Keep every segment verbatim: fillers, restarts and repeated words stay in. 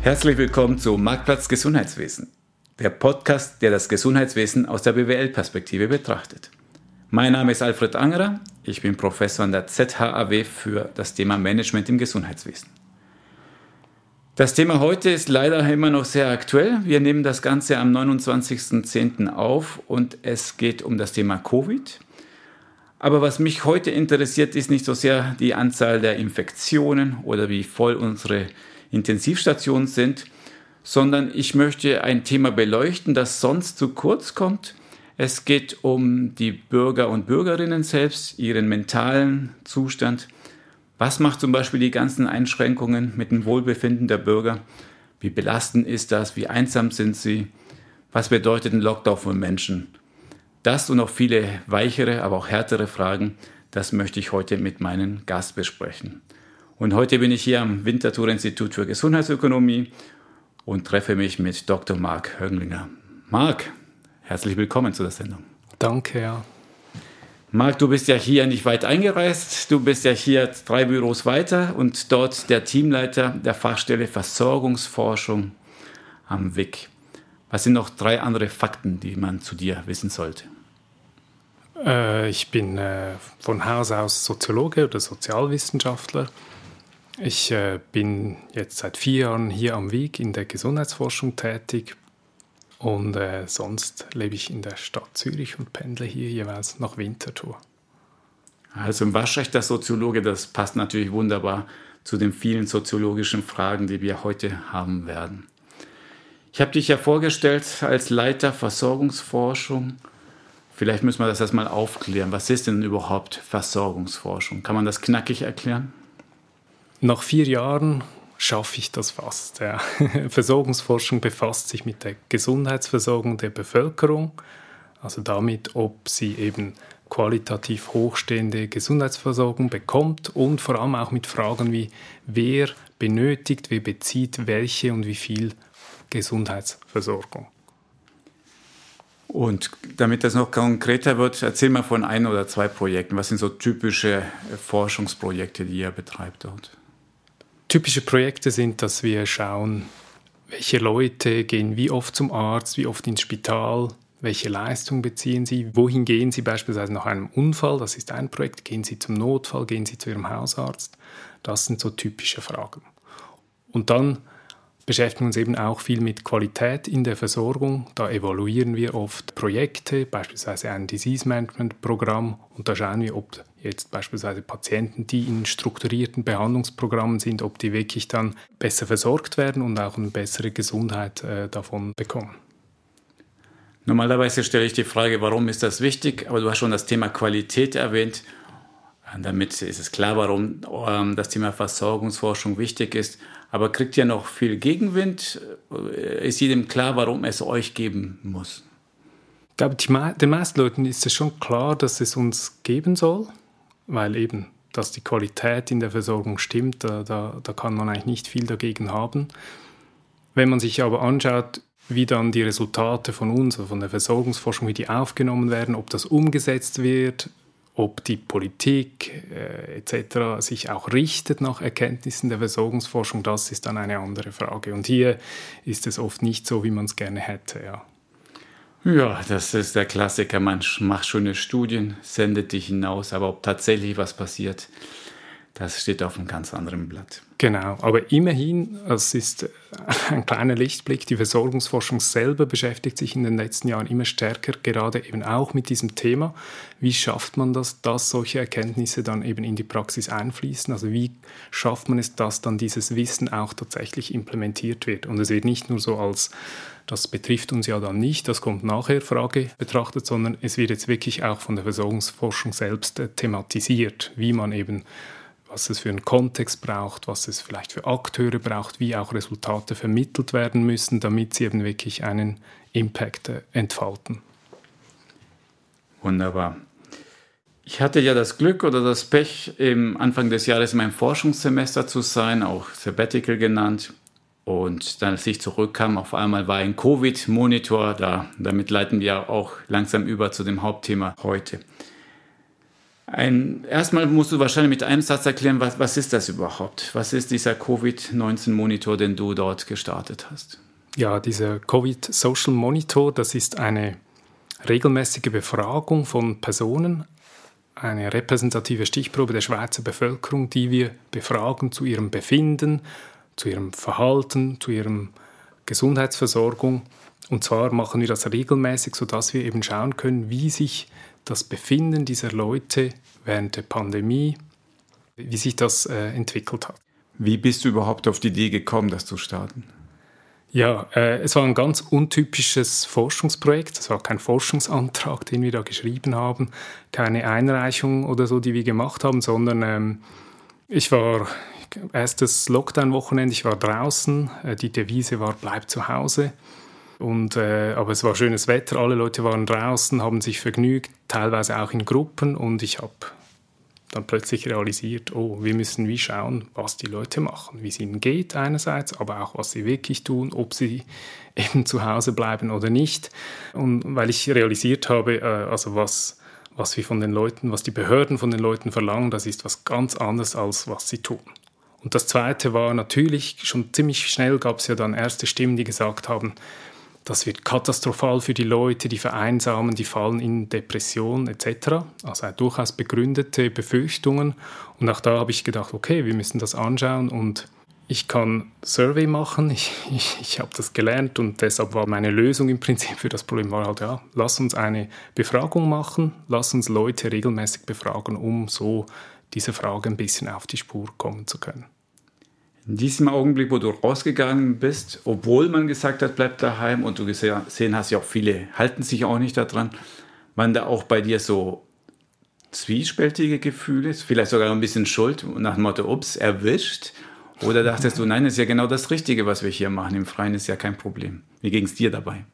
Herzlich willkommen zu Marktplatz Gesundheitswesen, der Podcast, der das Gesundheitswesen aus der B W L-Perspektive betrachtet. Mein Name ist Alfred Angerer, ich bin Professor an der Z H A W für das Thema Management im Gesundheitswesen. Das Thema heute ist leider immer noch sehr aktuell. Wir nehmen das Ganze am neunundzwanzigsten zehnten auf und es geht um das Thema Covid. Aber was mich heute interessiert, ist nicht so sehr die Anzahl der Infektionen oder wie voll unsere Intensivstationen sind, sondern ich möchte ein Thema beleuchten, das sonst zu kurz kommt. Es geht um die Bürger und Bürgerinnen selbst, ihren mentalen Zustand. Was macht zum Beispiel die ganzen Einschränkungen mit dem Wohlbefinden der Bürger? Wie belastend ist das? Wie einsam sind sie? Was bedeutet ein Lockdown für Menschen? Das und noch viele weichere, aber auch härtere Fragen, das möchte ich heute mit meinem Gast besprechen. Und heute bin ich hier am Winterthur-Institut für Gesundheitsökonomie und treffe mich mit Doktor Marc Höglinger. Marc, herzlich willkommen zu der Sendung. Danke, ja. Marc, du bist ja hier nicht weit eingereist, du bist ja hier drei Büros weiter und dort der Teamleiter der Fachstelle Versorgungsforschung am W I C. Was sind noch drei andere Fakten, die man zu dir wissen sollte? Äh, ich bin äh, von Haus aus Soziologe oder Sozialwissenschaftler. Ich äh, bin jetzt seit vier Jahren hier am W I C in der Gesundheitsforschung tätig und äh, sonst lebe ich in der Stadt Zürich und pendle hier jeweils nach Winterthur. Also ein waschechter Soziologe, das passt natürlich wunderbar zu den vielen soziologischen Fragen, die wir heute haben werden. Ich habe dich ja vorgestellt als Leiter Versorgungsforschung. Vielleicht müssen wir das erstmal aufklären. Was ist denn überhaupt Versorgungsforschung? Kann man das knackig erklären? Nach vier Jahren schaffe ich das fast. Ja. Versorgungsforschung befasst sich mit der Gesundheitsversorgung der Bevölkerung, also damit, ob sie eben qualitativ hochstehende Gesundheitsversorgung bekommt und vor allem auch mit Fragen wie, wer benötigt, wer bezieht welche und wie viel Gesundheitsversorgung. Und damit das noch konkreter wird, erzähl mal von ein oder zwei Projekten. Was sind so typische Forschungsprojekte, die ihr betreibt dort? Typische Projekte sind, dass wir schauen, welche Leute gehen wie oft zum Arzt, wie oft ins Spital, welche Leistung beziehen sie, wohin gehen sie beispielsweise nach einem Unfall, das ist ein Projekt, gehen sie zum Notfall, gehen sie zu ihrem Hausarzt. Das sind so typische Fragen. Und dann beschäftigen wir uns eben auch viel mit Qualität in der Versorgung. Da evaluieren wir oft Projekte, beispielsweise ein Disease-Management-Programm. Und da schauen wir, ob jetzt beispielsweise Patienten, die in strukturierten Behandlungsprogrammen sind, ob die wirklich dann besser versorgt werden und auch eine bessere Gesundheit äh, davon bekommen. Normalerweise stelle ich die Frage, warum ist das wichtig? Aber du hast schon das Thema Qualität erwähnt. Damit ist es klar, warum ähm, das Thema Versorgungsforschung wichtig ist. Aber kriegt ihr noch viel Gegenwind? Ist jedem klar, warum es euch geben muss? Ich glaube, die, den meisten Leuten ist es schon klar, dass es uns geben soll, weil eben, dass die Qualität in der Versorgung stimmt, da, da, da kann man eigentlich nicht viel dagegen haben. Wenn man sich aber anschaut, wie dann die Resultate von uns, also von der Versorgungsforschung, wie die aufgenommen werden, ob das umgesetzt wird, ob die Politik äh, et cetera sich auch richtet nach Erkenntnissen der Versorgungsforschung, das ist dann eine andere Frage. Und hier ist es oft nicht so, wie man es gerne hätte. Ja. Ja, das ist der Klassiker. Man macht schöne Studien, sendet die hinaus, aber ob tatsächlich was passiert, das steht auf einem ganz anderen Blatt. Genau, aber immerhin, das ist ein kleiner Lichtblick, die Versorgungsforschung selber beschäftigt sich in den letzten Jahren immer stärker, gerade eben auch mit diesem Thema. Wie schafft man das, dass solche Erkenntnisse dann eben in die Praxis einfließen? Also wie schafft man es, dass dann dieses Wissen auch tatsächlich implementiert wird? Und es wird nicht nur so als, das betrifft uns ja dann nicht, das kommt nachher, Frage betrachtet, sondern es wird jetzt wirklich auch von der Versorgungsforschung selbst äh, thematisiert, wie man eben was es für einen Kontext braucht, was es vielleicht für Akteure braucht, wie auch Resultate vermittelt werden müssen, damit sie eben wirklich einen Impact entfalten. Wunderbar. Ich hatte ja das Glück oder das Pech, im Anfang des Jahres in meinem Forschungssemester zu sein, auch Sabbatical genannt. Und dann, als ich zurückkam, auf einmal war ein Covid-Monitor da. Damit leiten wir auch langsam über zu dem Hauptthema heute. Ein, erstmal musst du wahrscheinlich mit einem Satz erklären, was, was ist das überhaupt? Was ist dieser Covid neunzehn Monitor, den du dort gestartet hast? Ja, dieser Covid Social Monitor, das ist eine regelmäßige Befragung von Personen, eine repräsentative Stichprobe der Schweizer Bevölkerung, die wir befragen zu ihrem Befinden, zu ihrem Verhalten, zu ihrem Gesundheitsversorgung. Und zwar machen wir das regelmäßig, sodass wir eben schauen können, wie sich das Befinden dieser Leute während der Pandemie, wie sich das äh, entwickelt hat. Wie bist du überhaupt auf die Idee gekommen, das zu starten? Ja, äh, es war ein ganz untypisches Forschungsprojekt. Es war kein Forschungsantrag, den wir da geschrieben haben, keine Einreichung oder so, die wir gemacht haben, sondern ähm, ich war erstes Lockdown-Wochenende, ich war draußen, äh, die Devise war „Bleib zu Hause". Und, äh, aber es war schönes Wetter, alle Leute waren draußen, haben sich vergnügt, teilweise auch in Gruppen. Und ich habe dann plötzlich realisiert, oh, wir müssen wie schauen, was die Leute machen, wie es ihnen geht einerseits, aber auch, was sie wirklich tun, ob sie eben zu Hause bleiben oder nicht. Und weil ich realisiert habe, äh, also was, was wir von den Leuten, was die Behörden von den Leuten verlangen, das ist was ganz anderes, als was sie tun. Und das Zweite war natürlich, schon ziemlich schnell gab es ja dann erste Stimmen, die gesagt haben, das wird katastrophal für die Leute, die vereinsamen, die fallen in Depression et cetera. Also durchaus begründete Befürchtungen. Und auch da habe ich gedacht, okay, wir müssen das anschauen und ich kann Survey machen, ich, ich, ich habe das gelernt und deshalb war meine Lösung im Prinzip für das Problem war halt, ja, lass uns eine Befragung machen, lass uns Leute regelmäßig befragen, um so dieser Frage ein bisschen auf die Spur kommen zu können. In diesem Augenblick, wo du rausgegangen bist, obwohl man gesagt hat, bleib daheim und du gesehen hast, ja auch viele halten sich auch nicht daran, waren da auch bei dir so zwiespältige Gefühle, vielleicht sogar ein bisschen Schuld nach dem Motto, ups, erwischt? Oder dachtest du, nein, das ist ja genau das Richtige, was wir hier machen, im Freien ist ja kein Problem. Wie ging es dir dabei?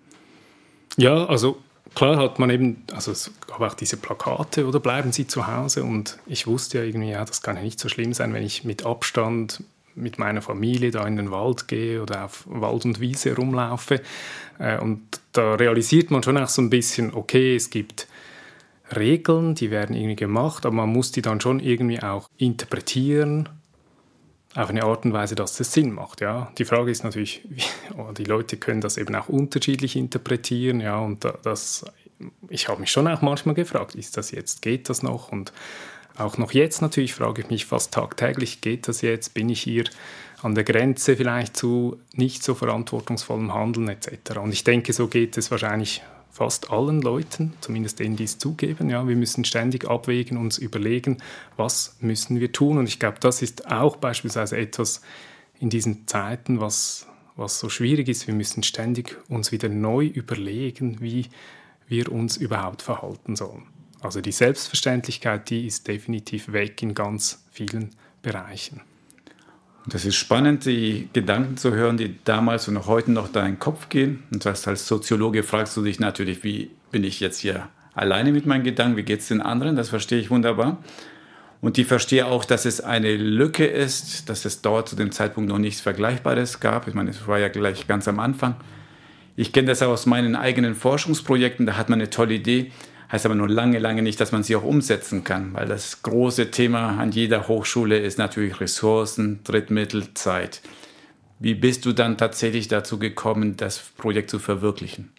Ja, also klar hat man eben, also es gab auch diese Plakate, oder bleiben Sie zu Hause, und ich wusste ja irgendwie, ja, das kann ja nicht so schlimm sein, wenn ich mit Abstand mit meiner Familie da in den Wald gehe oder auf Wald und Wiese rumlaufe. Und da realisiert man schon auch so ein bisschen, okay, es gibt Regeln, die werden irgendwie gemacht, aber man muss die dann schon irgendwie auch interpretieren auf eine Art und Weise, dass das Sinn macht. Ja. Die Frage ist natürlich, oh, die Leute können das eben auch unterschiedlich interpretieren. Ja, und das, ich habe mich schon auch manchmal gefragt, ist das jetzt, geht das noch? Und auch noch jetzt natürlich frage ich mich fast tagtäglich, geht das jetzt? Bin ich hier an der Grenze vielleicht zu nicht so verantwortungsvollem Handeln et cetera. Und ich denke, so geht es wahrscheinlich fast allen Leuten, zumindest denen, die es zugeben. Ja, wir müssen ständig abwägen, uns überlegen, was müssen wir tun. Und ich glaube, das ist auch beispielsweise etwas in diesen Zeiten, was, was so schwierig ist. Wir müssen ständig uns wieder neu überlegen, wie wir uns überhaupt verhalten sollen. Also die Selbstverständlichkeit, die ist definitiv weg in ganz vielen Bereichen. Das ist spannend, die Gedanken zu hören, die damals und auch heute noch da in den Kopf gehen. Und das als Soziologe fragst du dich natürlich, wie bin ich jetzt hier alleine mit meinen Gedanken, wie geht es den anderen? Das verstehe ich wunderbar. Und ich verstehe auch, dass es eine Lücke ist, dass es dort zu dem Zeitpunkt noch nichts Vergleichbares gab. Ich meine, es war ja gleich ganz am Anfang. Ich kenne das auch aus meinen eigenen Forschungsprojekten, da hat man eine tolle Idee. Heißt aber nur lange, lange nicht, dass man sie auch umsetzen kann, weil das große Thema an jeder Hochschule ist natürlich Ressourcen, Drittmittel, Zeit. Wie bist du dann tatsächlich dazu gekommen, das Projekt zu verwirklichen?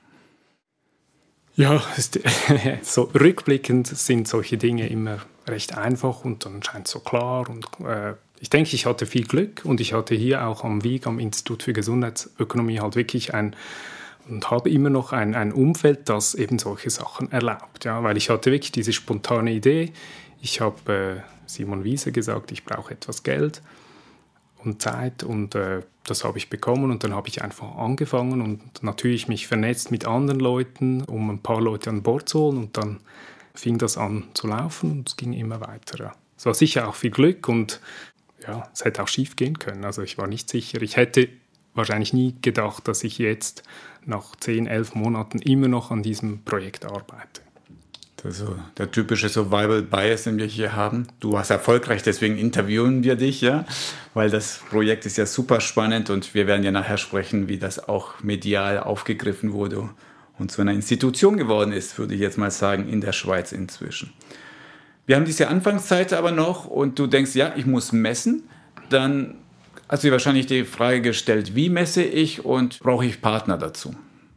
Ja, ist, so rückblickend sind solche Dinge immer recht einfach und dann scheint es so klar. Und äh, ich denke, ich hatte viel Glück und ich hatte hier auch am W I G, am Institut für Gesundheitsökonomie, halt wirklich ein und habe immer noch ein, ein Umfeld, das eben solche Sachen erlaubt. Ja? Weil ich hatte wirklich diese spontane Idee. Ich habe äh, Simon Wiese gesagt, ich brauche etwas Geld und Zeit und äh, das habe ich bekommen und dann habe ich einfach angefangen und natürlich mich vernetzt mit anderen Leuten, um ein paar Leute an Bord zu holen und dann fing das an zu laufen und es ging immer weiter. Ja. Es war sicher auch viel Glück und ja, es hätte auch schief gehen können. Also ich war nicht sicher. Ich hätte wahrscheinlich nie gedacht, dass ich jetzt nach zehn, elf Monaten immer noch an diesem Projekt arbeite. Das ist so der typische Survival Bias, den wir hier haben. Du warst erfolgreich, deswegen interviewen wir dich, ja, weil das Projekt ist ja super spannend und wir werden ja nachher sprechen, wie das auch medial aufgegriffen wurde und zu einer Institution geworden ist, würde ich jetzt mal sagen, in der Schweiz inzwischen. Wir haben diese Anfangszeit aber noch und du denkst, ja, ich muss messen. Dann hast du dir wahrscheinlich die Frage gestellt, wie messe ich und brauche ich Partner dazu?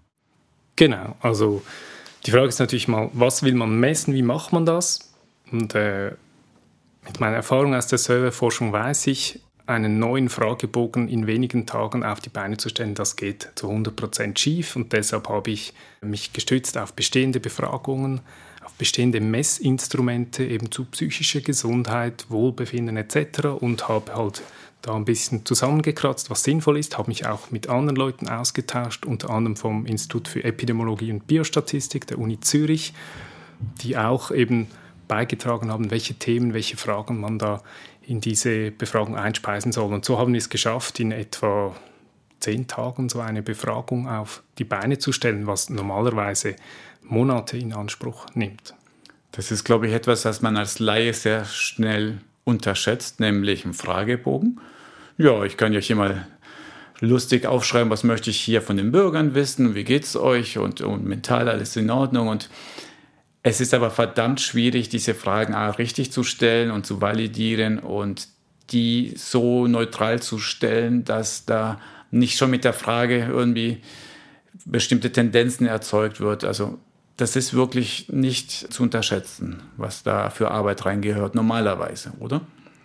Genau, also die Frage ist natürlich mal, was will man messen, wie macht man das? Und äh, mit meiner Erfahrung aus der Surveyforschung weiß ich, einen neuen Fragebogen in wenigen Tagen auf die Beine zu stellen, das geht zu hundert Prozent schief. Und deshalb habe ich mich gestützt auf bestehende Befragungen, auf bestehende Messinstrumente eben zu psychischer Gesundheit, Wohlbefinden et cetera und habe halt da ein bisschen zusammengekratzt, was sinnvoll ist, habe mich auch mit anderen Leuten ausgetauscht, unter anderem vom Institut für Epidemiologie und Biostatistik der Uni Zürich, die auch eben beigetragen haben, welche Themen, welche Fragen man da in diese Befragung einspeisen soll. Und so haben wir es geschafft, in etwa zehn Tagen so eine Befragung auf die Beine zu stellen, was normalerweise Monate in Anspruch nimmt. Das ist, glaube ich, etwas, das man als Laie sehr schnell unterschätzt, nämlich einen Fragebogen. Ja, ich kann ja hier mal lustig aufschreiben, was möchte ich hier von den Bürgern wissen, wie geht es euch und, und mental alles in Ordnung. Und es ist aber verdammt schwierig, diese Fragen auch richtig zu stellen und zu validieren und die so neutral zu stellen, dass da nicht schon mit der Frage irgendwie bestimmte Tendenzen erzeugt wird. Also das ist wirklich nicht zu unterschätzen, was da für Arbeit reingehört, normalerweise, oder?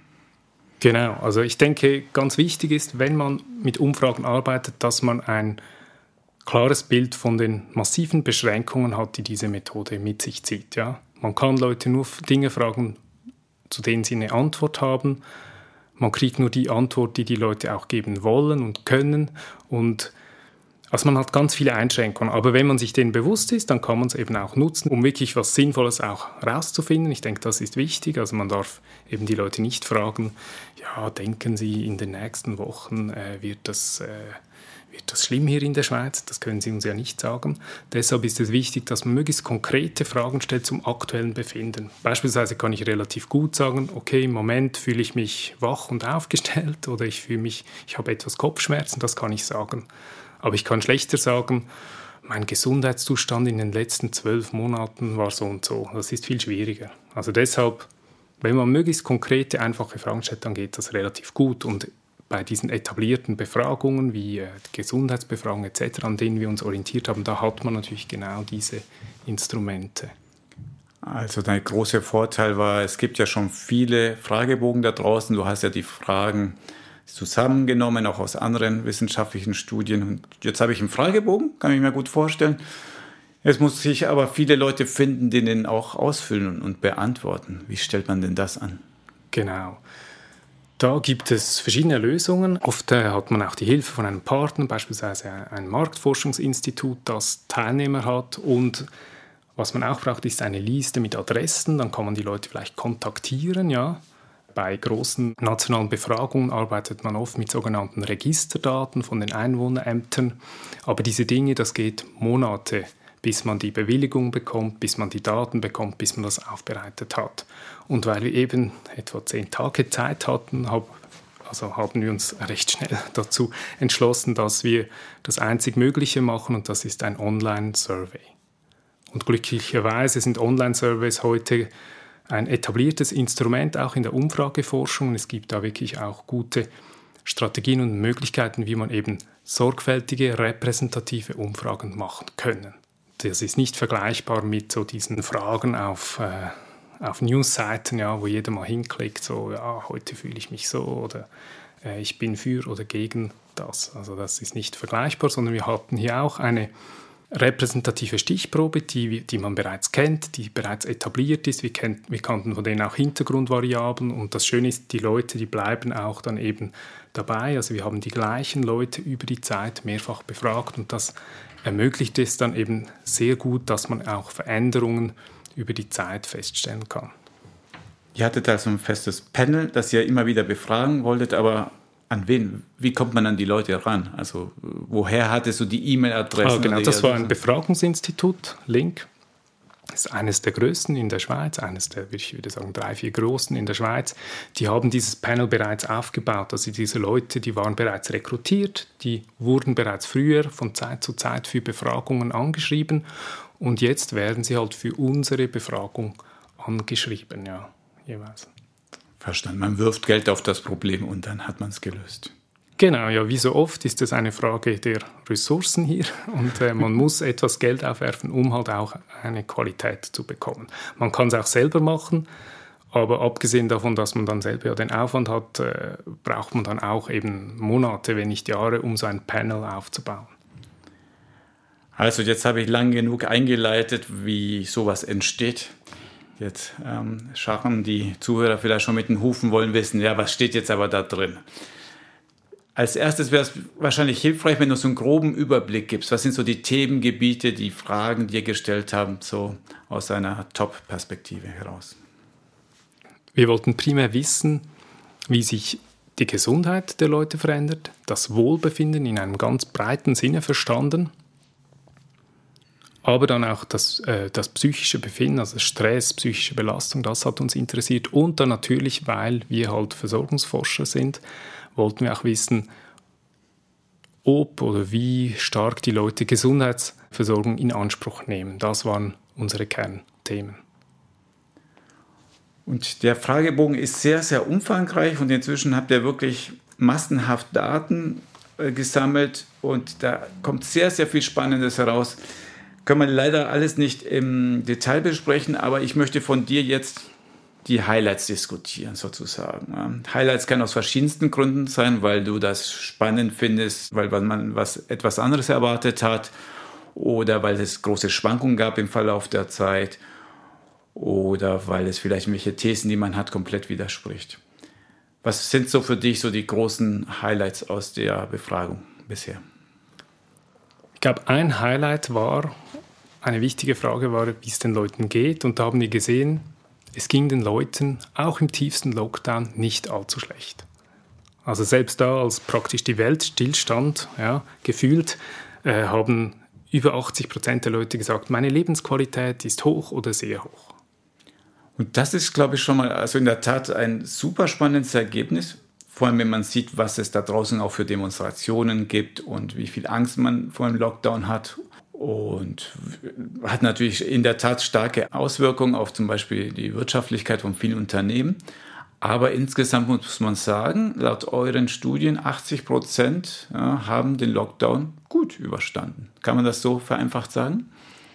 Genau, also ich denke, ganz wichtig ist, wenn man mit Umfragen arbeitet, dass man ein klares Bild von den massiven Beschränkungen hat, die diese Methode mit sich zieht. Ja? Man kann Leute nur Dinge fragen, zu denen sie eine Antwort haben. Man kriegt nur die Antwort, die die Leute auch geben wollen und können. Und also man hat ganz viele Einschränkungen. Aber wenn man sich denen bewusst ist, dann kann man es eben auch nutzen, um wirklich was Sinnvolles auch rauszufinden. Ich denke, das ist wichtig. Also man darf eben die Leute nicht fragen, ja, denken Sie, in den nächsten Wochen äh, wird das... Äh, Wird das schlimm hier in der Schweiz? Das können Sie uns ja nicht sagen. Deshalb ist es wichtig, dass man möglichst konkrete Fragen stellt zum aktuellen Befinden. Beispielsweise kann ich relativ gut sagen, okay, im Moment fühle ich mich wach und aufgestellt oder ich fühle mich, ich habe etwas Kopfschmerzen, das kann ich sagen. Aber ich kann schlechter sagen, mein Gesundheitszustand in den letzten zwölf Monaten war so und so. Das ist viel schwieriger. Also deshalb, wenn man möglichst konkrete, einfache Fragen stellt, dann geht das relativ gut. Und bei diesen etablierten Befragungen wie äh, Gesundheitsbefragungen et cetera, an denen wir uns orientiert haben, da hat man natürlich genau diese Instrumente. Also der große Vorteil war, es gibt ja schon viele Fragebogen da draußen. Du hast ja die Fragen zusammengenommen, auch aus anderen wissenschaftlichen Studien. Und jetzt habe ich einen Fragebogen, kann ich mir gut vorstellen. Jetzt muss ich aber viele Leute finden, die den auch ausfüllen und beantworten. Wie stellt man denn das an? Genau. Da gibt es verschiedene Lösungen. Oft äh, hat man auch die Hilfe von einem Partner, beispielsweise ein Marktforschungsinstitut, das Teilnehmer hat. Und was man auch braucht, ist eine Liste mit Adressen. Dann kann man die Leute vielleicht kontaktieren. Ja. Bei großen nationalen Befragungen arbeitet man oft mit sogenannten Registerdaten von den Einwohnerämtern. Aber diese Dinge, das geht Monate, bis man die Bewilligung bekommt, bis man die Daten bekommt, bis man das aufbereitet hat. Und weil wir eben etwa zehn Tage Zeit hatten, hab, also haben wir uns recht schnell dazu entschlossen, dass wir das einzig Mögliche machen, und das ist ein Online-Survey. Und glücklicherweise sind Online-Surveys heute ein etabliertes Instrument, auch in der Umfrageforschung. Es gibt da wirklich auch gute Strategien und Möglichkeiten, wie man eben sorgfältige, repräsentative Umfragen machen können. Das ist nicht vergleichbar mit so diesen Fragen auf, äh, auf Newsseiten, ja, wo jeder mal hinklickt, so, ja, heute fühle ich mich so oder äh, ich bin für oder gegen das. Also das ist nicht vergleichbar, sondern wir hatten hier auch eine repräsentative Stichprobe, die, die man bereits kennt, die bereits etabliert ist. Wir, kennt, wir kannten von denen auch Hintergrundvariablen, und das Schöne ist, die Leute, die bleiben auch dann eben dabei. Also wir haben die gleichen Leute über die Zeit mehrfach befragt, und das ermöglicht es dann eben sehr gut, dass man auch Veränderungen über die Zeit feststellen kann. Ihr hattet also ein festes Panel, das ihr immer wieder befragen wolltet, aber an wen? Wie kommt man an die Leute ran? Also woher hattest du die E-Mail-Adressen? Ah, genau, das war ein Befragungsinstitut, Link. Das ist eines der größten in der Schweiz, eines der, ich würde sagen, drei, vier großen in der Schweiz. Die haben dieses Panel bereits aufgebaut. Also diese Leute, die waren bereits rekrutiert, die wurden bereits früher von Zeit zu Zeit für Befragungen angeschrieben, und jetzt werden sie halt für unsere Befragung angeschrieben, ja. jeweils. Verstanden. Man wirft Geld auf das Problem und dann hat man es gelöst. Genau, ja, wie so oft ist es eine Frage der Ressourcen hier und äh, man muss etwas Geld aufwerfen, um halt auch eine Qualität zu bekommen. Man kann es auch selber machen, aber abgesehen davon, dass man dann selber ja den Aufwand hat, äh, braucht man dann auch eben Monate, wenn nicht Jahre, um so ein Panel aufzubauen. Also jetzt habe ich lang genug eingeleitet, wie sowas entsteht. Jetzt ähm, scharren die Zuhörer vielleicht schon mit den Hufen, wollen wissen, ja, was steht jetzt aber da drin? Als erstes wäre es wahrscheinlich hilfreich, wenn du so einen groben Überblick gibst. Was sind so die Themengebiete, die Fragen, die ihr gestellt habt, so aus einer Top-Perspektive heraus? Wir wollten primär wissen, wie sich die Gesundheit der Leute verändert, das Wohlbefinden in einem ganz breiten Sinne verstanden, aber dann auch das, äh, das psychische Befinden, also Stress, psychische Belastung, das hat uns interessiert. Und dann natürlich, weil wir halt Versorgungsforscher sind, wollten wir auch wissen, ob oder wie stark die Leute Gesundheitsversorgung in Anspruch nehmen. Das waren unsere Kernthemen. Und der Fragebogen ist sehr, sehr umfangreich und inzwischen habt ihr wirklich massenhaft Daten äh, gesammelt und da kommt sehr, sehr viel Spannendes heraus. Können wir leider alles nicht im Detail besprechen, aber ich möchte von dir jetzt die Highlights diskutieren, sozusagen. Highlights kann aus verschiedensten Gründen sein, weil du das spannend findest, weil man was etwas anderes erwartet hat oder weil es große Schwankungen gab im Verlauf der Zeit oder weil es vielleicht welche Thesen, die man hat, komplett widerspricht. Was sind so für dich so die großen Highlights aus der Befragung bisher? Ich glaube, ein Highlight war, eine wichtige Frage war, wie es den Leuten geht. Und da haben wir gesehen, es ging den Leuten auch im tiefsten Lockdown nicht allzu schlecht. Also selbst da, als praktisch die Welt stillstand, ja, gefühlt, äh, haben über achtzig Prozent der Leute gesagt, meine Lebensqualität ist hoch oder sehr hoch. Und das ist, glaube ich, schon mal also in der Tat ein super spannendes Ergebnis. Vor allem, wenn man sieht, was es da draußen auch für Demonstrationen gibt und wie viel Angst man vor dem Lockdown hat. Und hat natürlich in der Tat starke Auswirkungen auf zum Beispiel die Wirtschaftlichkeit von vielen Unternehmen. Aber insgesamt muss man sagen, laut euren Studien achtzig Prozent ja, haben den Lockdown gut überstanden. Kann man das so vereinfacht sagen?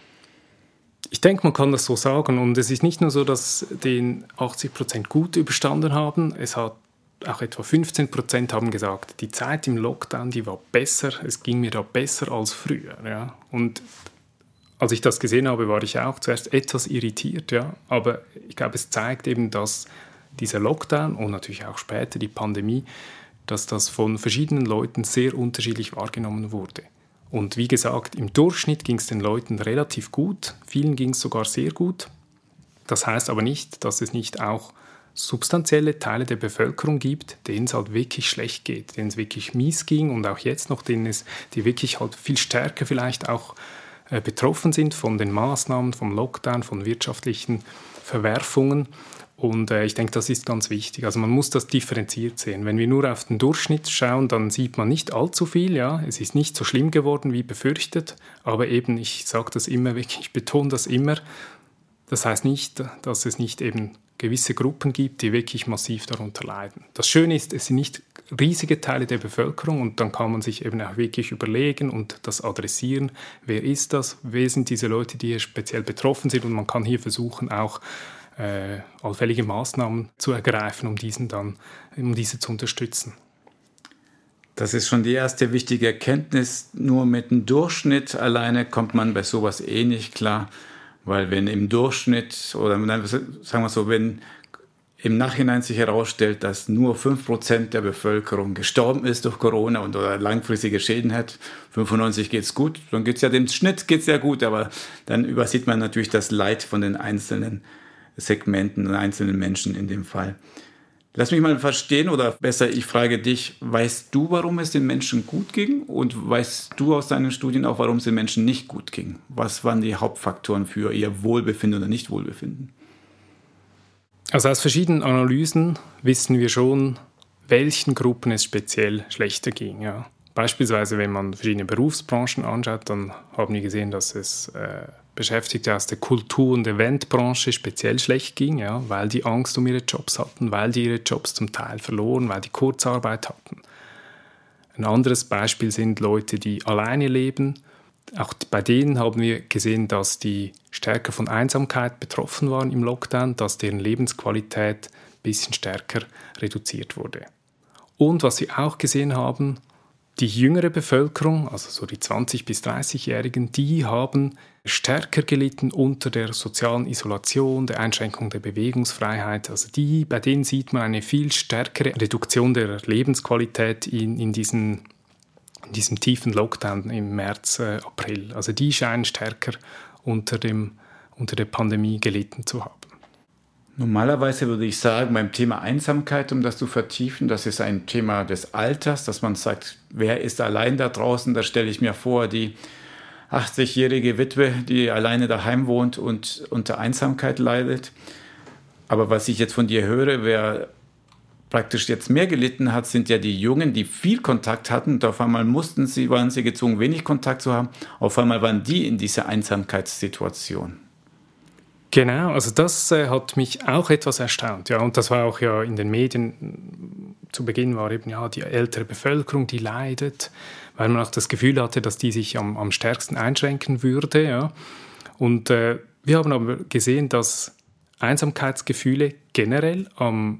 Ich denke, man kann das so sagen. Und es ist nicht nur so, dass den achtzig Prozent gut überstanden haben. Es hat auch etwa fünfzehn Prozent haben gesagt, die Zeit im Lockdown, die war besser, es ging mir da besser als früher. Ja. Und als ich das gesehen habe, war ich auch zuerst etwas irritiert. Ja. Aber ich glaube, es zeigt eben, dass dieser Lockdown und natürlich auch später die Pandemie, dass das von verschiedenen Leuten sehr unterschiedlich wahrgenommen wurde. Und wie gesagt, im Durchschnitt ging es den Leuten relativ gut, vielen ging es sogar sehr gut. Das heißt aber nicht, dass es nicht auch substanzielle Teile der Bevölkerung gibt, denen es halt wirklich schlecht geht, denen es wirklich mies ging und auch jetzt noch, denen es, die wirklich halt viel stärker vielleicht auch äh, betroffen sind von den Maßnahmen, vom Lockdown, von wirtschaftlichen Verwerfungen. Und äh, ich denke, das ist ganz wichtig. Also man muss das differenziert sehen. Wenn wir nur auf den Durchschnitt schauen, dann sieht man nicht allzu viel. Ja, es ist nicht so schlimm geworden wie befürchtet, aber eben, ich sage das immer wirklich, ich betone das immer, das heißt nicht, dass es nicht eben gewisse Gruppen gibt, die wirklich massiv darunter leiden. Das Schöne ist, es sind nicht riesige Teile der Bevölkerung und dann kann man sich eben auch wirklich überlegen und das adressieren. Wer ist das? Wer sind diese Leute, die hier speziell betroffen sind? Und man kann hier versuchen, auch äh, allfällige Maßnahmen zu ergreifen, um, diesen dann, um diese zu unterstützen. Das ist schon die erste wichtige Erkenntnis. Nur mit dem Durchschnitt alleine kommt man bei sowas eh nicht klar. Weil wenn im Durchschnitt, oder sagen wir so, wenn im Nachhinein sich herausstellt, dass nur fünf Prozent der Bevölkerung gestorben ist durch Corona und oder langfristige Schäden hat, fünfundneunzig geht es gut, dann geht es ja dem Schnitt geht's ja gut, aber dann übersieht man natürlich das Leid von den einzelnen Segmenten, den einzelnen Menschen in dem Fall. Lass mich mal verstehen, oder besser, ich frage dich, weißt du, warum es den Menschen gut ging? Und weißt du aus deinen Studien auch, warum es den Menschen nicht gut ging? Was waren die Hauptfaktoren für ihr Wohlbefinden oder Nichtwohlbefinden? Also aus verschiedenen Analysen wissen wir schon, welchen Gruppen es speziell schlechter ging. Ja. Beispielsweise, wenn man verschiedene Berufsbranchen anschaut, dann haben wir gesehen, dass es äh, Beschäftigte aus der Kultur- und Eventbranche speziell schlecht ging, ja, weil die Angst um ihre Jobs hatten, weil die ihre Jobs zum Teil verloren, weil die Kurzarbeit hatten. Ein anderes Beispiel sind Leute, die alleine leben. Auch bei denen haben wir gesehen, dass die stärker von Einsamkeit betroffen waren im Lockdown, dass deren Lebensqualität ein bisschen stärker reduziert wurde. Und was wir auch gesehen haben, die jüngere Bevölkerung, also so die zwanzig- bis dreißigjährigen, die haben stärker gelitten unter der sozialen Isolation, der Einschränkung der Bewegungsfreiheit. Also die, bei denen sieht man eine viel stärkere Reduktion der Lebensqualität in, in, diesen, in diesem tiefen Lockdown im März, äh, April. Also die scheinen stärker unter, dem, unter der Pandemie gelitten zu haben. Normalerweise würde ich sagen, beim Thema Einsamkeit, um das zu vertiefen, das ist ein Thema des Alters, dass man sagt, wer ist allein da draußen? Da stelle ich mir vor, die achtzigjährige Witwe, die alleine daheim wohnt und unter Einsamkeit leidet. Aber was ich jetzt von dir höre, wer praktisch jetzt mehr gelitten hat, sind ja die Jungen, die viel Kontakt hatten. Und auf einmal mussten sie, waren sie gezwungen, wenig Kontakt zu haben. Auf einmal waren die in dieser Einsamkeitssituation. Genau, also das äh, hat mich auch etwas erstaunt. Ja, und das war auch ja in den Medien, zu Beginn war eben ja die ältere Bevölkerung, die leidet, weil man auch das Gefühl hatte, dass die sich am, am stärksten einschränken würde. Ja. Und äh, wir haben aber gesehen, dass Einsamkeitsgefühle generell am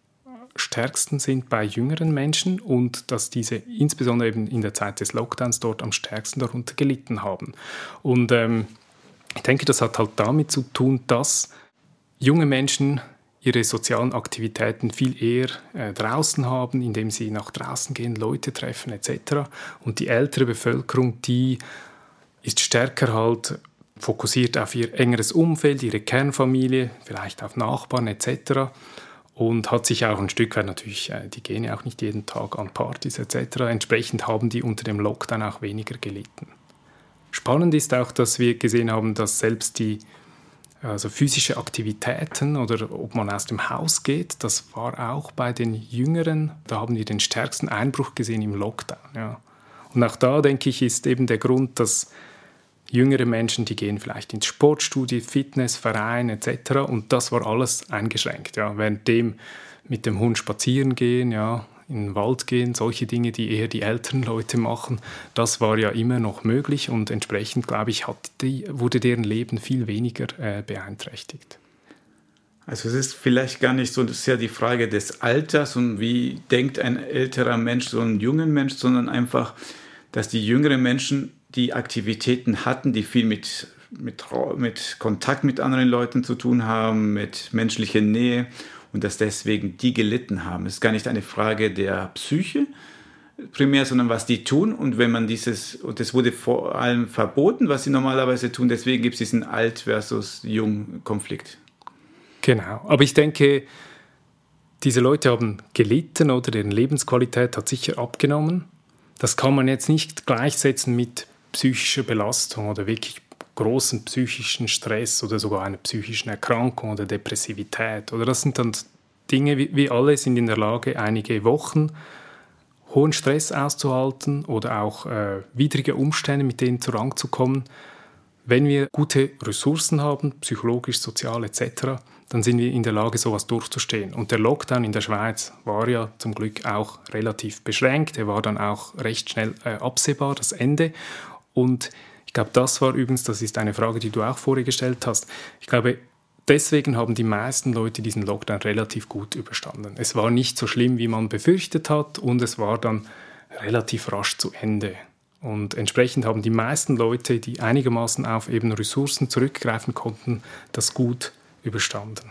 stärksten sind bei jüngeren Menschen und dass diese insbesondere eben in der Zeit des Lockdowns dort am stärksten darunter gelitten haben. Und ähm, ich denke, das hat halt damit zu tun, dass junge Menschen ihre sozialen Aktivitäten viel eher äh, draußen haben, indem sie nach draußen gehen, Leute treffen et cetera. Und die ältere Bevölkerung, die ist stärker halt fokussiert auf ihr engeres Umfeld, ihre Kernfamilie, vielleicht auf Nachbarn et cetera. Und hat sich auch ein Stück weit natürlich, äh, die gehen ja auch nicht jeden Tag an Partys et cetera. Entsprechend haben die unter dem Lockdown auch weniger gelitten. Spannend ist auch, dass wir gesehen haben, dass selbst die also physische Aktivitäten oder ob man aus dem Haus geht, das war auch bei den Jüngeren, da haben wir den stärksten Einbruch gesehen im Lockdown. Ja. Und auch da, denke ich, ist eben der Grund, dass jüngere Menschen, die gehen vielleicht ins Sportstudio, Fitness, Verein et cetera. Und das war alles eingeschränkt. Ja. Währenddem mit dem Hund spazieren gehen, ja, in den Wald gehen, solche Dinge, die eher die älteren Leute machen, das war ja immer noch möglich und entsprechend, glaube ich, hat die, wurde deren Leben viel weniger äh, beeinträchtigt. Also es ist vielleicht gar nicht so sehr die Frage des Alters und wie denkt ein älterer Mensch so einen jungen Mensch, sondern einfach, dass die jüngeren Menschen die Aktivitäten hatten, die viel mit, mit, mit Kontakt mit anderen Leuten zu tun haben, mit menschlicher Nähe, und dass deswegen die gelitten haben. Es ist gar nicht eine Frage der Psyche primär, sondern was die tun. Und wenn man dieses, und das wurde vor allem verboten, was sie normalerweise tun, deswegen gibt es diesen Alt- versus Jung-Konflikt. Genau, aber ich denke, diese Leute haben gelitten oder deren Lebensqualität hat sicher abgenommen. Das kann man jetzt nicht gleichsetzen mit psychischer Belastung oder wirklich großen psychischen Stress oder sogar einer psychischen Erkrankung oder Depressivität. Oder das sind dann Dinge, wie, wie alle sind in der Lage, einige Wochen hohen Stress auszuhalten oder auch äh, widrige Umstände, mit denen zu Rang zu kommen. Wenn wir gute Ressourcen haben, psychologisch, sozial et cetera, dann sind wir in der Lage, sowas durchzustehen. Und der Lockdown in der Schweiz war ja zum Glück auch relativ beschränkt. Er war dann auch recht schnell äh, absehbar, das Ende. Und ich glaube, das war übrigens, das ist eine Frage, die du auch vorher gestellt hast. Ich glaube, deswegen haben die meisten Leute diesen Lockdown relativ gut überstanden. Es war nicht so schlimm, wie man befürchtet hat, und es war dann relativ rasch zu Ende. Und entsprechend haben die meisten Leute, die einigermaßen auf eben Ressourcen zurückgreifen konnten, das gut überstanden.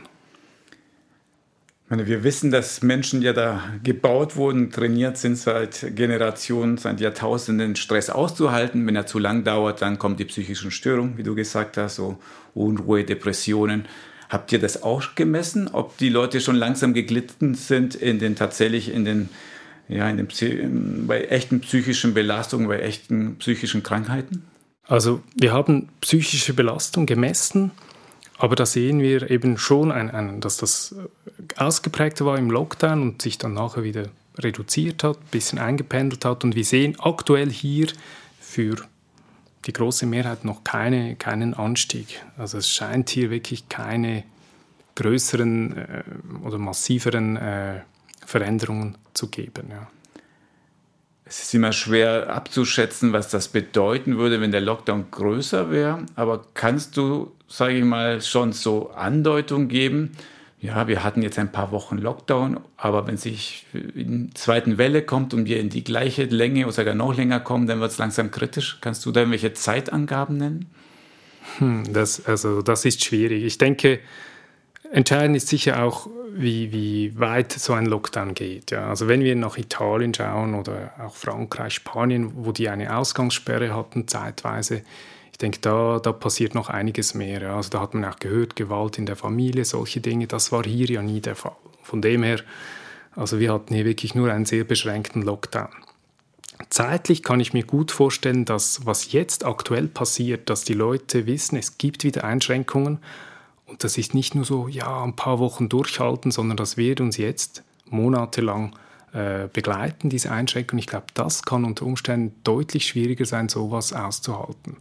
Ich meine, wir wissen, dass Menschen ja da gebaut wurden, trainiert sind seit Generationen, seit Jahrtausenden, Stress auszuhalten. Wenn er zu lang dauert, dann kommen die psychischen Störungen, wie du gesagt hast, so Unruhe, Depressionen. Habt ihr das auch gemessen, ob die Leute schon langsam geglitten sind in den tatsächlich in den ja in den bei echten psychischen Belastungen, bei echten psychischen Krankheiten? Also wir haben psychische Belastung gemessen. Aber da sehen wir eben schon, ein, ein, dass das ausgeprägter war im Lockdown und sich dann nachher wieder reduziert hat, ein bisschen eingependelt hat. Und wir sehen aktuell hier für die große Mehrheit noch keine, keinen Anstieg. Also es scheint hier wirklich keine größeren äh, oder massiveren äh, Veränderungen zu geben. Ja. Es ist immer schwer abzuschätzen, was das bedeuten würde, wenn der Lockdown größer wäre. Aber kannst du, sage ich mal, schon so Andeutungen geben? Ja, wir hatten jetzt ein paar Wochen Lockdown, aber wenn sich in der zweiten Welle kommt und wir in die gleiche Länge oder sogar noch länger kommen, dann wird es langsam kritisch. Kannst du da irgendwelche Zeitangaben nennen? Hm, das, also das ist schwierig. Ich denke, entscheidend ist sicher auch, wie, wie weit so ein Lockdown geht. Ja. Also wenn wir nach Italien schauen oder auch Frankreich, Spanien, wo die eine Ausgangssperre hatten zeitweise, ich denke, da, da passiert noch einiges mehr. Ja. Also da hat man auch gehört, Gewalt in der Familie, solche Dinge, das war hier ja nie der Fall. Von dem her, also wir hatten hier wirklich nur einen sehr beschränkten Lockdown. Zeitlich kann ich mir gut vorstellen, dass was jetzt aktuell passiert, dass die Leute wissen, es gibt wieder Einschränkungen. Und das ist nicht nur so, ja, ein paar Wochen durchhalten, sondern das wird uns jetzt monatelang äh, begleiten, diese Einschränkung. Ich glaube, das kann unter Umständen deutlich schwieriger sein, sowas auszuhalten.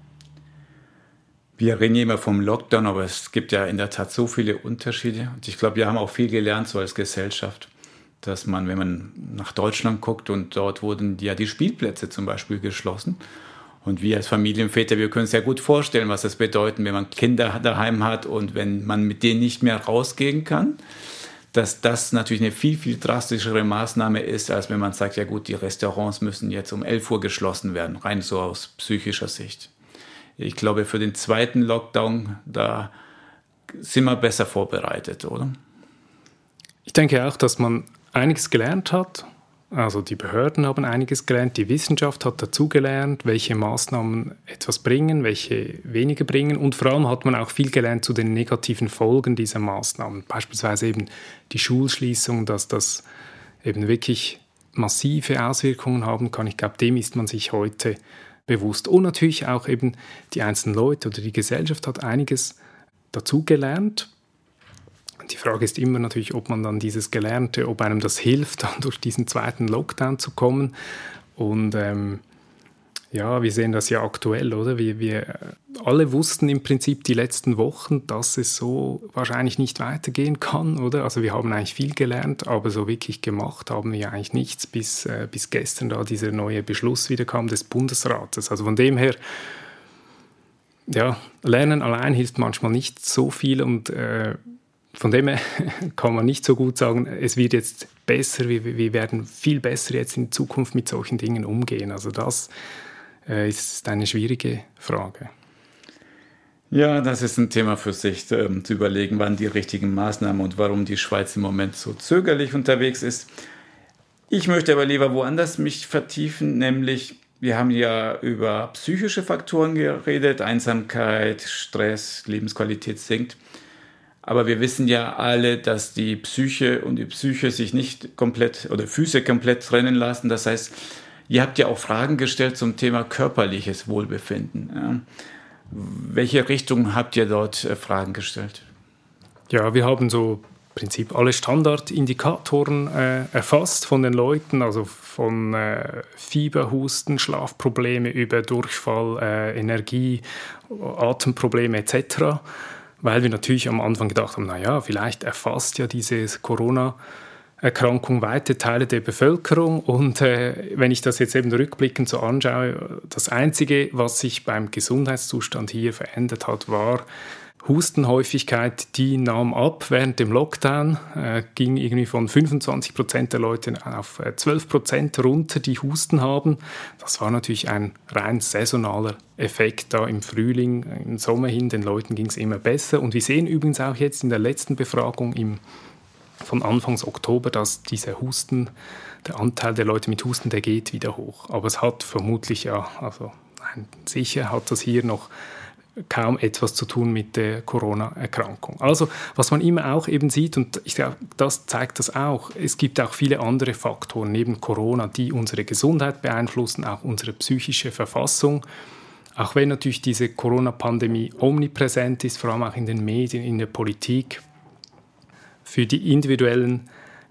Wir reden immer vom Lockdown, aber es gibt ja in der Tat so viele Unterschiede. Und ich glaube, wir haben auch viel gelernt, so als Gesellschaft, dass man, wenn man nach Deutschland guckt und dort wurden ja die Spielplätze zum Beispiel geschlossen. Und wir als Familienväter, wir können uns ja gut vorstellen, was das bedeutet, wenn man Kinder daheim hat und wenn man mit denen nicht mehr rausgehen kann, dass das natürlich eine viel, viel drastischere Maßnahme ist, als wenn man sagt, ja gut, die Restaurants müssen jetzt um elf Uhr geschlossen werden, rein so aus psychischer Sicht. Ich glaube, für den zweiten Lockdown, da sind wir besser vorbereitet, oder? Ich denke auch, dass man einiges gelernt hat. Also die Behörden haben einiges gelernt, die Wissenschaft hat dazugelernt, welche Maßnahmen etwas bringen, welche weniger bringen. Und vor allem hat man auch viel gelernt zu den negativen Folgen dieser Maßnahmen. Beispielsweise eben die Schulschließung, dass das eben wirklich massive Auswirkungen haben kann. Ich glaube, dem ist man sich heute bewusst. Und natürlich auch eben die einzelnen Leute oder die Gesellschaft hat einiges dazugelernt. Die Frage ist immer natürlich, ob man dann dieses Gelernte, ob einem das hilft, dann durch diesen zweiten Lockdown zu kommen. Und ähm, ja, wir sehen das ja aktuell, oder? Wir, wir alle wussten im Prinzip die letzten Wochen, dass es so wahrscheinlich nicht weitergehen kann, oder? Also wir haben eigentlich viel gelernt, aber so wirklich gemacht haben wir eigentlich nichts, bis, äh, bis gestern da dieser neue Beschluss wieder kam des Bundesrates. Also von dem her, ja, Lernen allein hilft manchmal nicht so viel und äh, von dem her kann man nicht so gut sagen, es wird jetzt besser, wir, wir werden viel besser jetzt in Zukunft mit solchen Dingen umgehen. Also das äh, ist eine schwierige Frage. Ja, das ist ein Thema für sich, ähm, zu überlegen, wann die richtigen Maßnahmen und warum die Schweiz im Moment so zögerlich unterwegs ist. Ich möchte aber lieber woanders mich vertiefen, nämlich wir haben ja über psychische Faktoren geredet, Einsamkeit, Stress, Lebensqualität sinkt. Aber wir wissen ja alle, dass die Psyche und die Psyche sich nicht komplett oder Füße komplett trennen lassen. Das heißt, ihr habt ja auch Fragen gestellt zum Thema körperliches Wohlbefinden. Ja. Welche Richtung habt ihr dort äh, Fragen gestellt? Ja, wir haben so im Prinzip alle Standardindikatoren äh, erfasst von den Leuten, also von äh, Fieber, Husten, Schlafprobleme über Durchfall, äh, Energie, Atemprobleme et cetera. Weil wir natürlich am Anfang gedacht haben, naja, vielleicht erfasst ja diese Corona-Erkrankung weite Teile der Bevölkerung. Und äh, wenn ich das jetzt eben rückblickend so anschaue, das Einzige, was sich beim Gesundheitszustand hier verändert hat, war Hustenhäufigkeit, die nahm ab während dem Lockdown, äh, ging irgendwie von fünfundzwanzig Prozent der Leute auf äh, zwölf Prozent runter, die Husten haben. Das war natürlich ein rein saisonaler Effekt da im Frühling, im Sommer hin, den Leuten ging es immer besser. Und wir sehen übrigens auch jetzt in der letzten Befragung im, von Anfangs Oktober, dass dieser Husten, der Anteil der Leute mit Husten, der geht wieder hoch. Aber es hat vermutlich ja, also nein, sicher hat das hier noch kaum etwas zu tun mit der Corona-Erkrankung. Also, was man immer auch eben sieht, und ich glaube, das zeigt das auch, es gibt auch viele andere Faktoren neben Corona, die unsere Gesundheit beeinflussen, auch unsere psychische Verfassung. Auch wenn natürlich diese Corona-Pandemie omnipräsent ist, vor allem auch in den Medien, in der Politik, für die individuellen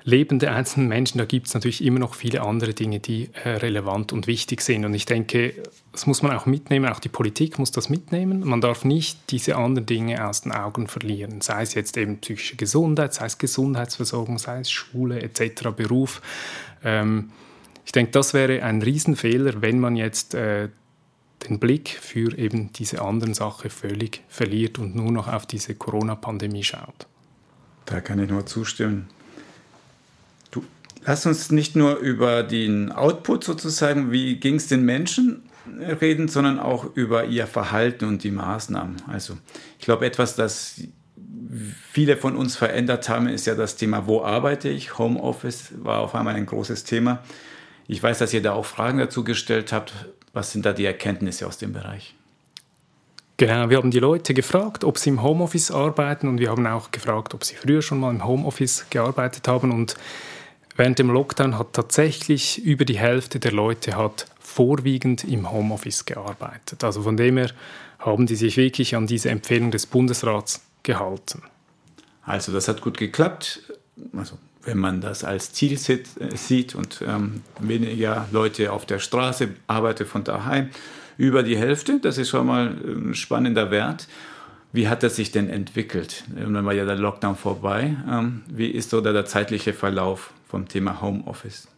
Leben der einzelnen Menschen, da gibt es natürlich immer noch viele andere Dinge, die äh, relevant und wichtig sind. Und ich denke, das muss man auch mitnehmen, auch die Politik muss das mitnehmen. Man darf nicht diese anderen Dinge aus den Augen verlieren, sei es jetzt eben psychische Gesundheit, sei es Gesundheitsversorgung, sei es Schule et cetera, Beruf. Ähm, ich denke, das wäre ein Riesenfehler, wenn man jetzt äh, den Blick für eben diese anderen Sachen völlig verliert und nur noch auf diese Corona-Pandemie schaut. Da kann ich nur zustimmen. Du, lass uns nicht nur über den Output sozusagen, wie ging es den Menschen, reden, sondern auch über ihr Verhalten und die Maßnahmen. Also ich glaube, etwas, das viele von uns verändert haben, ist ja das Thema, wo arbeite ich? Homeoffice war auf einmal ein großes Thema. Ich weiß, dass ihr da auch Fragen dazu gestellt habt. Was sind da die Erkenntnisse aus dem Bereich? Genau, wir haben die Leute gefragt, ob sie im Homeoffice arbeiten, und wir haben auch gefragt, ob sie früher schon mal im Homeoffice gearbeitet haben. Und während dem Lockdown hat tatsächlich über die Hälfte der Leute hat vorwiegend im Homeoffice gearbeitet. Also von dem her haben die sich wirklich an diese Empfehlung des Bundesrats gehalten. Also das hat gut geklappt. Also wenn man das als Ziel sieht, sieht und ähm, weniger Leute auf der Straße, arbeite von daheim, über die Hälfte, das ist schon mal ein spannender Wert. Wie hat das sich denn entwickelt? Irgendwann war ja der Lockdown vorbei. Ähm, wie ist so der, der zeitliche Verlauf vom Thema Homeoffice?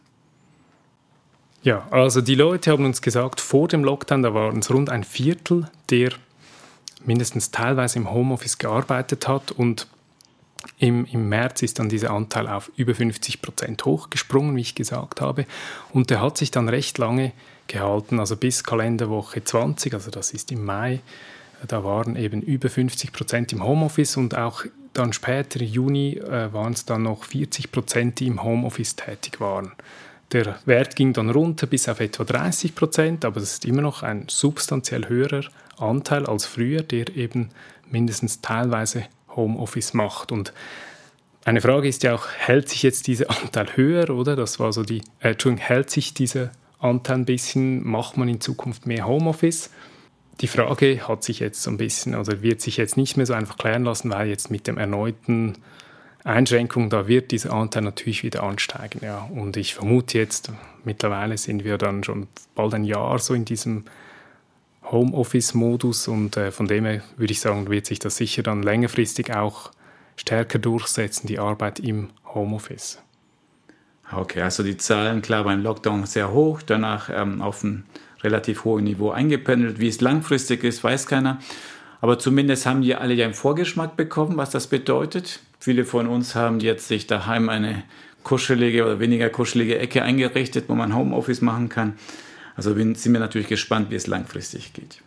Ja, also die Leute haben uns gesagt, vor dem Lockdown, da waren es rund ein Viertel, der mindestens teilweise im Homeoffice gearbeitet hat, und Im, Im März ist dann dieser Anteil auf über fünfzig Prozent hochgesprungen, wie ich gesagt habe. Und der hat sich dann recht lange gehalten, also bis Kalenderwoche zwanzig, also das ist im Mai. Da waren eben über fünfzig Prozent im Homeoffice, und auch dann später, im Juni, äh, waren es dann noch vierzig Prozent, die im Homeoffice tätig waren. Der Wert ging dann runter bis auf etwa dreißig Prozent, aber das ist immer noch ein substanziell höherer Anteil als früher, der eben mindestens teilweise Homeoffice macht. Und eine Frage ist ja auch, hält sich jetzt dieser Anteil höher, oder? Das war so die, äh, Entschuldigung, hält sich dieser Anteil ein bisschen, macht man in Zukunft mehr Homeoffice? Die Frage hat sich jetzt so ein bisschen, oder wird sich jetzt nicht mehr so einfach klären lassen, weil jetzt mit dem erneuten Einschränkung, da wird dieser Anteil natürlich wieder ansteigen. Ja. Und ich vermute jetzt, mittlerweile sind wir dann schon bald ein Jahr so in diesem Homeoffice-Modus, und äh, von dem her würde ich sagen, wird sich das sicher dann längerfristig auch stärker durchsetzen, die Arbeit im Homeoffice. Okay, also die Zahlen, klar, beim Lockdown sehr hoch, danach ähm, auf ein relativ hohes Niveau eingependelt. Wie es langfristig ist, weiß keiner. Aber zumindest haben die alle ja einen Vorgeschmack bekommen, was das bedeutet. Viele von uns haben jetzt sich daheim eine kuschelige oder weniger kuschelige Ecke eingerichtet, wo man Homeoffice machen kann. Also sind wir natürlich gespannt, wie es langfristig geht.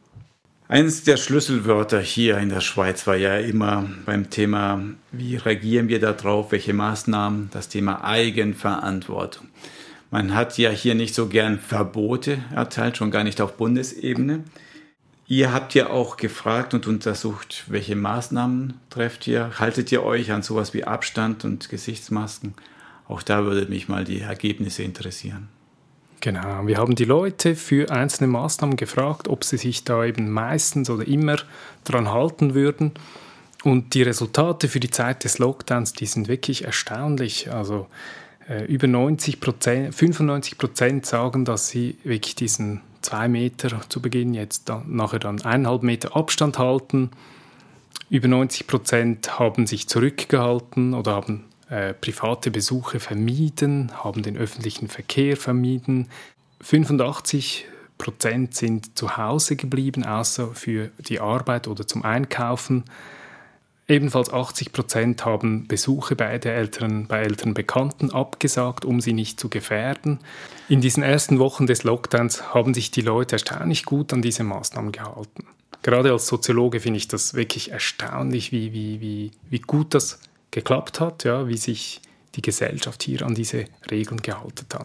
Eines der Schlüsselwörter hier in der Schweiz war ja immer beim Thema, wie reagieren wir da drauf, welche Maßnahmen, das Thema Eigenverantwortung. Man hat ja hier nicht so gern Verbote erteilt, schon gar nicht auf Bundesebene. Ihr habt ja auch gefragt und untersucht, welche Maßnahmen trefft ihr? Haltet ihr euch an sowas wie Abstand und Gesichtsmasken? Auch da würde mich mal die Ergebnisse interessieren. Genau, wir haben die Leute für einzelne Maßnahmen gefragt, ob sie sich da eben meistens oder immer dran halten würden. Und die Resultate für die Zeit des Lockdowns, die sind wirklich erstaunlich. Also äh, über neunzig Prozent, fünfundneunzig Prozent sagen, dass sie wirklich diesen zwei Meter zu Beginn, jetzt dann, nachher dann eineinhalb Meter Abstand halten. Über neunzig Prozent haben sich zurückgehalten oder haben Äh, private Besuche vermieden, haben den öffentlichen Verkehr vermieden. fünfundachtzig Prozent sind zu Hause geblieben, außer für die Arbeit oder zum Einkaufen. Ebenfalls achtzig Prozent haben Besuche bei, der älteren, bei älteren Bekannten abgesagt, um sie nicht zu gefährden. In diesen ersten Wochen des Lockdowns haben sich die Leute erstaunlich gut an diese Maßnahmen gehalten. Gerade als Soziologe finde ich das wirklich erstaunlich, wie, wie, wie, wie gut das geklappt hat, ja, wie sich die Gesellschaft hier an diese Regeln gehalten hat.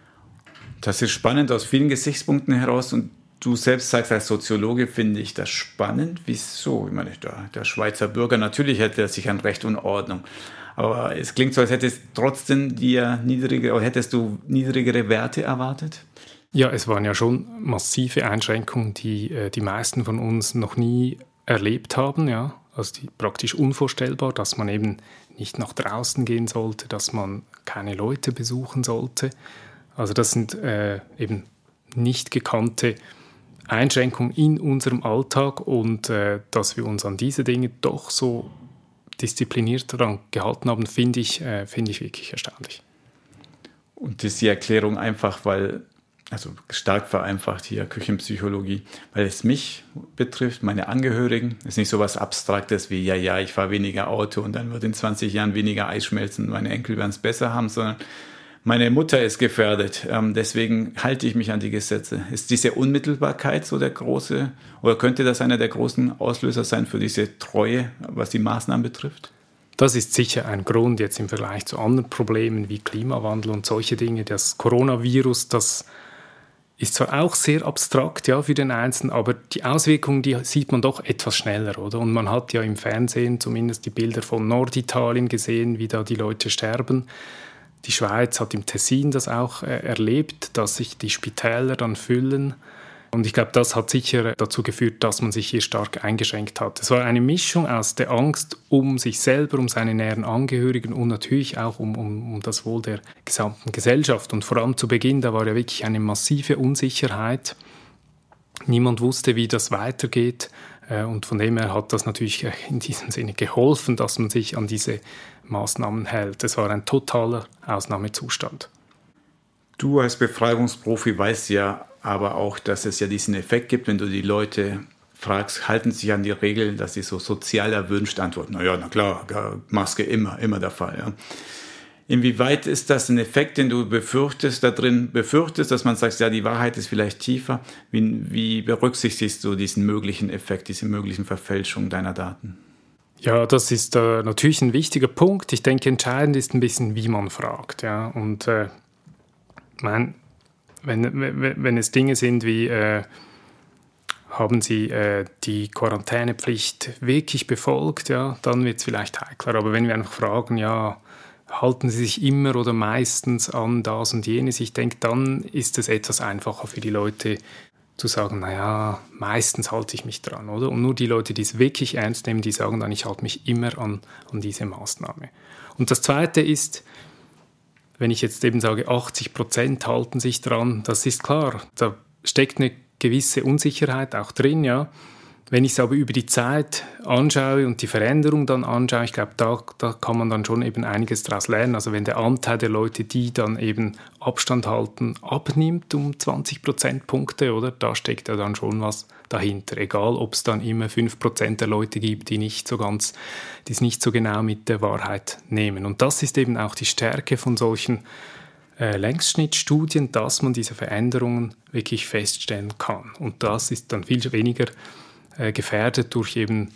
Das ist spannend aus vielen Gesichtspunkten heraus, und du selbst sagst, als Soziologe finde ich das spannend. Wieso? Ich meine, der, der Schweizer Bürger, natürlich hätte er sich an Recht und Ordnung, aber es klingt so, als hättest trotzdem dir niedrige, oder hättest du niedrigere Werte erwartet? Ja, es waren ja schon massive Einschränkungen, die äh, die meisten von uns noch nie erlebt haben, ja. also die, praktisch unvorstellbar, dass man eben nicht nach draußen gehen sollte, dass man keine Leute besuchen sollte. Also das sind äh, eben nicht gekannte Einschränkungen in unserem Alltag und äh, dass wir uns an diese Dinge doch so diszipliniert daran gehalten haben, finde ich, äh, finde ich wirklich erstaunlich. Und das ist die Erklärung einfach, weil, also stark vereinfacht hier Küchenpsychologie, weil es mich betrifft, meine Angehörigen, es ist nicht so was Abstraktes wie, ja, ja, ich fahre weniger Auto und dann wird in zwanzig Jahren weniger Eis schmelzen, meine Enkel werden es besser haben, sondern meine Mutter ist gefährdet, ähm, deswegen halte ich mich an die Gesetze. Ist diese Unmittelbarkeit so der große, oder könnte das einer der großen Auslöser sein für diese Treue, was die Maßnahmen betrifft? Das ist sicher ein Grund jetzt im Vergleich zu anderen Problemen wie Klimawandel und solche Dinge. Das Coronavirus, das ist zwar auch sehr abstrakt, ja, für den Einzelnen, aber die Auswirkungen, die sieht man doch etwas schneller, oder? Und man hat ja im Fernsehen zumindest die Bilder von Norditalien gesehen, wie da die Leute sterben. Die Schweiz hat im Tessin das auch äh, erlebt, dass sich die Spitäler dann füllen. Und ich glaube, das hat sicher dazu geführt, dass man sich hier stark eingeschränkt hat. Es war eine Mischung aus der Angst um sich selber, um seine näheren Angehörigen und natürlich auch um, um, um das Wohl der gesamten Gesellschaft. Und vor allem zu Beginn, da war ja wirklich eine massive Unsicherheit. Niemand wusste, wie das weitergeht. Und von dem her hat das natürlich in diesem Sinne geholfen, dass man sich an diese Maßnahmen hält. Es war ein totaler Ausnahmezustand. Du als Befragungsprofi weißt ja aber auch, dass es ja diesen Effekt gibt, wenn du die Leute fragst, halten sie sich an die Regeln, dass sie so sozial erwünscht antworten. Na ja, na klar, Maske immer, immer der Fall. Ja. Inwieweit ist das ein Effekt, den du befürchtest, da drin befürchtest, dass man sagt, ja, die Wahrheit ist vielleicht tiefer? Wie, wie berücksichtigst du diesen möglichen Effekt, diese möglichen Verfälschungen deiner Daten? Ja, das ist äh, natürlich ein wichtiger Punkt. Ich denke, entscheidend ist ein bisschen, wie man fragt. Ja. Und äh, mein, wenn, wenn, wenn es Dinge sind wie, äh, haben Sie äh, die Quarantänepflicht wirklich befolgt, ja, dann wird es vielleicht heikler. Aber wenn wir einfach fragen, ja, halten Sie sich immer oder meistens an das und jenes, ich denke, dann ist es etwas einfacher für die Leute zu sagen, naja, meistens halte ich mich dran, oder? Und nur die Leute, die es wirklich ernst nehmen, die sagen dann, ich halte mich immer an, an diese Maßnahme. Und das Zweite ist, wenn ich jetzt eben sage, achtzig Prozent halten sich dran, das ist klar, da steckt eine gewisse Unsicherheit auch drin, ja. Wenn ich es aber über die Zeit anschaue und die Veränderung dann anschaue, ich glaube, da, da kann man dann schon eben einiges daraus lernen. Also wenn der Anteil der Leute, die dann eben Abstand halten, abnimmt um zwanzig Prozentpunkte, oder? Da steckt ja dann schon was dahinter. Egal, ob es dann immer fünf Prozent der Leute gibt, die nicht so ganz, die es nicht so genau mit der Wahrheit nehmen. Und das ist eben auch die Stärke von solchen äh, Längsschnittstudien, dass man diese Veränderungen wirklich feststellen kann. Und das ist dann viel weniger gefährdet durch eben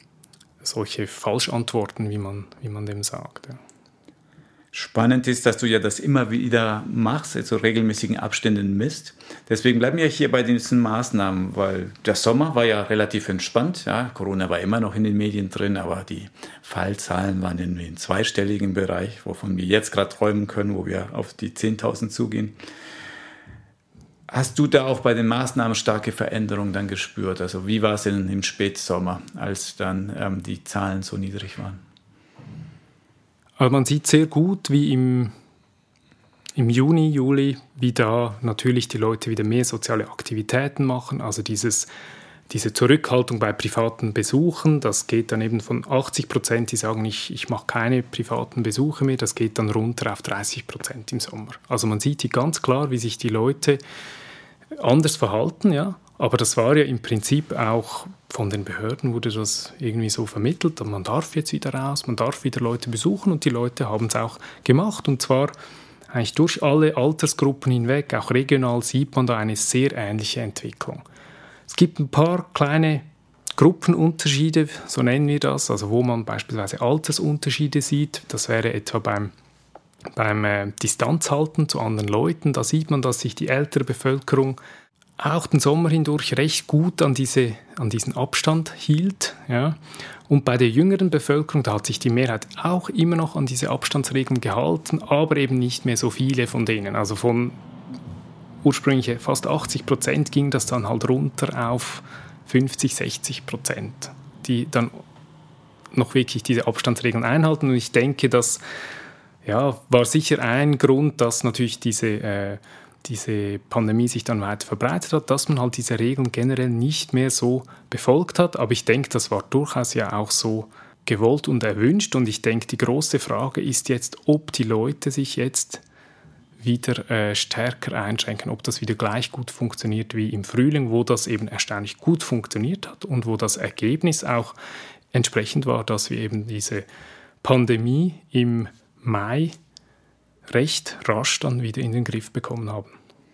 solche Falschantworten, wie man, wie man dem sagt. Ja. Spannend ist, dass du ja das immer wieder machst, also regelmäßigen Abständen misst. Deswegen bleiben wir hier bei diesen Maßnahmen, weil der Sommer war ja relativ entspannt. Ja, Corona war immer noch in den Medien drin, aber die Fallzahlen waren in einem zweistelligen Bereich, wovon wir jetzt gerade träumen können, wo wir auf die zehntausend zugehen. Hast du da auch bei den Maßnahmen starke Veränderungen dann gespürt? Also wie war es denn im Spätsommer, als dann ähm, die Zahlen so niedrig waren? Also man sieht sehr gut, wie im, im Juni, Juli, wie da natürlich die Leute wieder mehr soziale Aktivitäten machen. Also dieses, diese Zurückhaltung bei privaten Besuchen, das geht dann eben von achtzig Prozent, die sagen, ich, ich mache keine privaten Besuche mehr, das geht dann runter auf dreißig Prozent im Sommer. Also man sieht hier ganz klar, wie sich die Leute anders verhalten, ja. Aber das war ja im Prinzip auch von den Behörden wurde das irgendwie so vermittelt, man darf jetzt wieder raus, man darf wieder Leute besuchen und die Leute haben es auch gemacht und zwar eigentlich durch alle Altersgruppen hinweg, auch regional sieht man da eine sehr ähnliche Entwicklung. Es gibt ein paar kleine Gruppenunterschiede, so nennen wir das, also wo man beispielsweise Altersunterschiede sieht, das wäre etwa beim Beim äh, Distanzhalten zu anderen Leuten, da sieht man, dass sich die ältere Bevölkerung auch den Sommer hindurch recht gut an, diese, an diesen Abstand hielt. Ja. Und bei der jüngeren Bevölkerung, da hat sich die Mehrheit auch immer noch an diese Abstandsregeln gehalten, aber eben nicht mehr so viele von denen. Also von ursprünglich fast achtzig Prozent ging das dann halt runter auf fünfzig, sechzig Prozent, die dann noch wirklich diese Abstandsregeln einhalten. Und ich denke, das ja, war sicher ein Grund, dass natürlich diese, äh, diese Pandemie sich dann weiter verbreitet hat, dass man halt diese Regeln generell nicht mehr so befolgt hat. Aber ich denke, das war durchaus ja auch so gewollt und erwünscht. Und ich denke, die große Frage ist jetzt, ob die Leute sich jetzt wieder äh, stärker einschränken, ob das wieder gleich gut funktioniert wie im Frühling, wo das eben erstaunlich gut funktioniert hat und wo das Ergebnis auch entsprechend war, dass wir eben diese Pandemie im Mai recht rasch dann wieder in den Griff bekommen haben.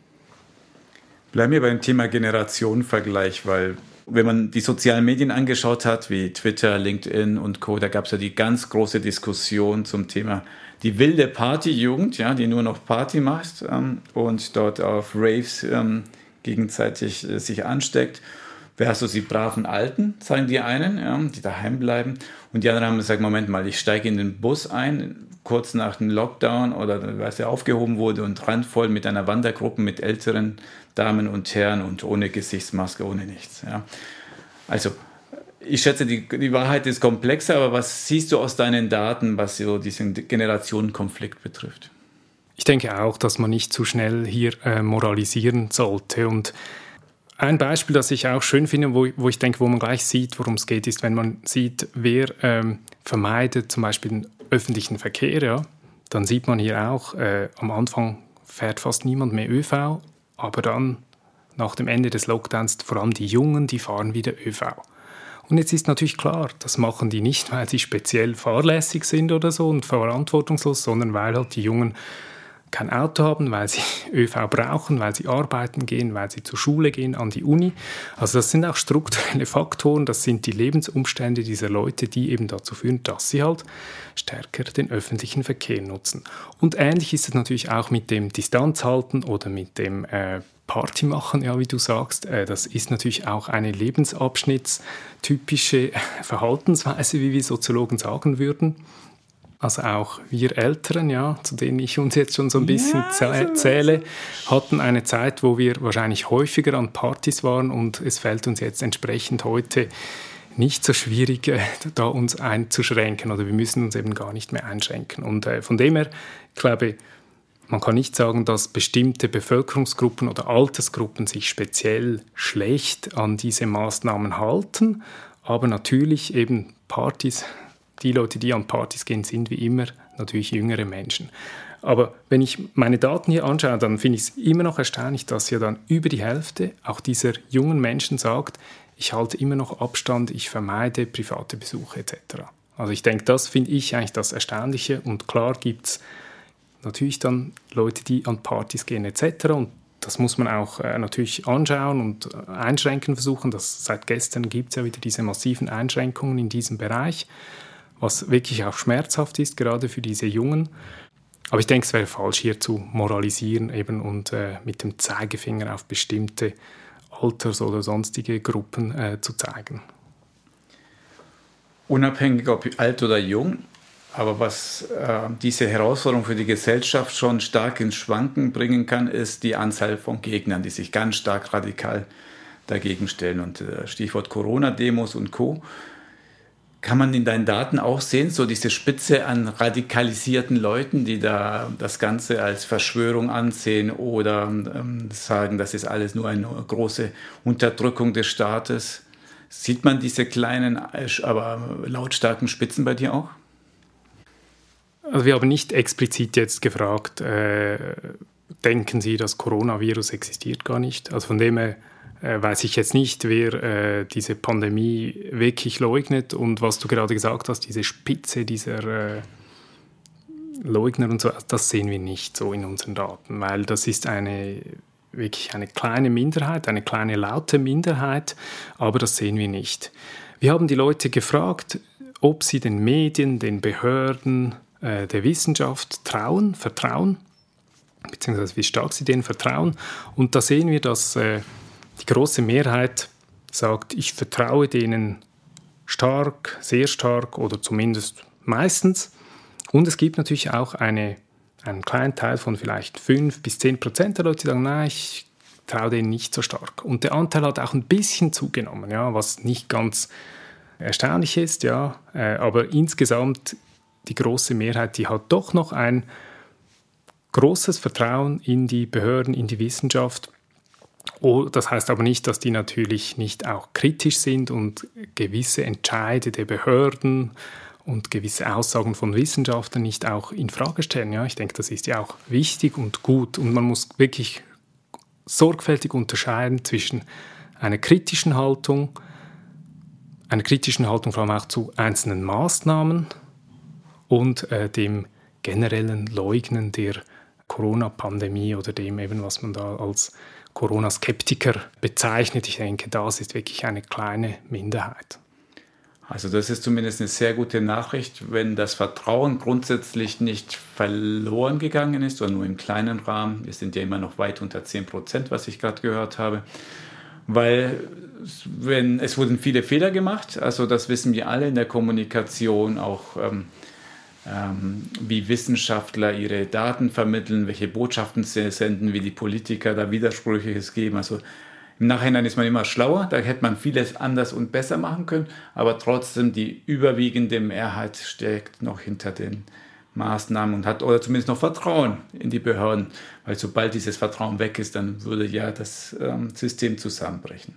Bleiben wir beim Thema Generationenvergleich, weil wenn man die sozialen Medien angeschaut hat, wie Twitter, LinkedIn und Co., da gab es ja die ganz große Diskussion zum Thema die wilde Partyjugend, ja, die nur noch Party macht ähm, und dort auf Raves ähm, gegenseitig äh, sich ansteckt, versus die braven Alten, sagen die einen, ja, die daheim bleiben. Und die anderen haben gesagt, Moment mal, ich steige in den Bus ein, kurz nach dem Lockdown oder als er aufgehoben wurde und randvoll mit einer Wandergruppe mit älteren Damen und Herren und ohne Gesichtsmaske, ohne nichts. Ja. Also ich schätze, die, die Wahrheit ist komplexer, aber was siehst du aus deinen Daten, was so diesen Generationenkonflikt betrifft? Ich denke auch, dass man nicht zu schnell hier äh, moralisieren sollte. Und ein Beispiel, das ich auch schön finde, wo, wo ich denke, wo man gleich sieht, worum es geht, ist, wenn man sieht, wer ähm, vermeidet zum Beispiel den öffentlichen Verkehr, ja, dann sieht man hier auch, äh, am Anfang fährt fast niemand mehr ÖV, aber dann nach dem Ende des Lockdowns, vor allem die Jungen, die fahren wieder ÖV. Und jetzt ist natürlich klar, das machen die nicht, weil sie speziell fahrlässig sind oder so und verantwortungslos, sondern weil halt die Jungen kein Auto haben, weil sie ÖV brauchen, weil sie arbeiten gehen, weil sie zur Schule gehen, an die Uni. Also das sind auch strukturelle Faktoren, das sind die Lebensumstände dieser Leute, die eben dazu führen, dass sie halt stärker den öffentlichen Verkehr nutzen. Und ähnlich ist es natürlich auch mit dem Distanzhalten oder mit dem äh, Party machen, ja, wie du sagst. Äh, das ist natürlich auch eine lebensabschnittstypische Verhaltensweise, wie wir Soziologen sagen würden. Also auch wir Älteren, ja, zu denen ich uns jetzt schon so ein bisschen ja, zähle, hatten eine Zeit, wo wir wahrscheinlich häufiger an Partys waren und es fällt uns jetzt entsprechend heute nicht so schwierig, äh, da uns einzuschränken oder wir müssen uns eben gar nicht mehr einschränken. Und äh, von dem her, ich glaube, man kann nicht sagen, dass bestimmte Bevölkerungsgruppen oder Altersgruppen sich speziell schlecht an diese Maßnahmen halten, aber natürlich eben Partys. Die Leute, die an Partys gehen, sind wie immer natürlich jüngere Menschen. Aber wenn ich meine Daten hier anschaue, dann finde ich es immer noch erstaunlich, dass ja dann über die Hälfte auch dieser jungen Menschen sagt, ich halte immer noch Abstand, ich vermeide private Besuche et cetera. Also ich denke, das finde ich eigentlich das Erstaunliche. Und klar gibt es natürlich dann Leute, die an Partys gehen et cetera. Und das muss man auch äh, natürlich anschauen und äh, einschränken versuchen. Das, seit gestern gibt es ja wieder diese massiven Einschränkungen in diesem Bereich, was wirklich auch schmerzhaft ist, gerade für diese Jungen. Aber ich denke, es wäre falsch, hier zu moralisieren eben und äh, mit dem Zeigefinger auf bestimmte Alters- oder sonstige Gruppen äh, zu zeigen. Unabhängig ob alt oder jung, aber was äh, diese Herausforderung für die Gesellschaft schon stark ins Schwanken bringen kann, ist die Anzahl von Gegnern, die sich ganz stark radikal dagegen stellen. Und äh, Stichwort Corona-Demos und Co., kann man in deinen Daten auch sehen, so diese Spitze an radikalisierten Leuten, die da das Ganze als Verschwörung ansehen oder ähm, sagen, das ist alles nur eine große Unterdrückung des Staates. Sieht man diese kleinen, aber lautstarken Spitzen bei dir auch? Also wir haben nicht explizit jetzt gefragt, äh, denken Sie, das Coronavirus existiert gar nicht? Also von dem her Äh, weiß ich jetzt nicht, wer äh, diese Pandemie wirklich leugnet. Und was du gerade gesagt hast, diese Spitze dieser äh, Leugner und so, das sehen wir nicht so in unseren Daten, weil das ist eine wirklich eine kleine Minderheit, eine kleine laute Minderheit, aber das sehen wir nicht. Wir haben die Leute gefragt, ob sie den Medien, den Behörden, äh, der Wissenschaft trauen, vertrauen, beziehungsweise wie stark sie denen vertrauen. Und da sehen wir, dass äh, die große Mehrheit sagt, ich vertraue denen stark, sehr stark oder zumindest meistens. Und es gibt natürlich auch eine, einen kleinen Teil von vielleicht fünf bis zehn Prozent der Leute, die sagen, nein, ich traue denen nicht so stark. Und der Anteil hat auch ein bisschen zugenommen, ja, was nicht ganz erstaunlich ist, ja. Aber insgesamt die große Mehrheit, die hat doch noch ein großes Vertrauen in die Behörden, in die Wissenschaft. Oh, das heißt aber nicht, dass die natürlich nicht auch kritisch sind und gewisse Entscheide der Behörden und gewisse Aussagen von Wissenschaftlern nicht auch in Frage stellen. Ja, ich denke, das ist ja auch wichtig und gut. Und man muss wirklich sorgfältig unterscheiden zwischen einer kritischen Haltung, einer kritischen Haltung vor allem auch zu einzelnen Maßnahmen und äh, dem generellen Leugnen der Corona-Pandemie oder dem eben, was man da als Corona-Skeptiker bezeichnet. Ich denke, das ist wirklich eine kleine Minderheit. Also das ist zumindest eine sehr gute Nachricht, wenn das Vertrauen grundsätzlich nicht verloren gegangen ist, oder nur im kleinen Rahmen. Wir sind ja immer noch weit unter zehn Prozent, was ich gerade gehört habe. Weil wenn, es wurden viele Fehler gemacht, also das wissen wir alle in der Kommunikation, auch ähm, ähm, wie Wissenschaftler ihre Daten vermitteln, welche Botschaften sie senden, wie die Politiker da Widersprüchliches geben. Also im Nachhinein ist man immer schlauer, da hätte man vieles anders und besser machen können, aber trotzdem die überwiegende Mehrheit steckt noch hinter den Maßnahmen und hat oder zumindest noch Vertrauen in die Behörden, weil sobald dieses Vertrauen weg ist, dann würde ja das ähm, System zusammenbrechen.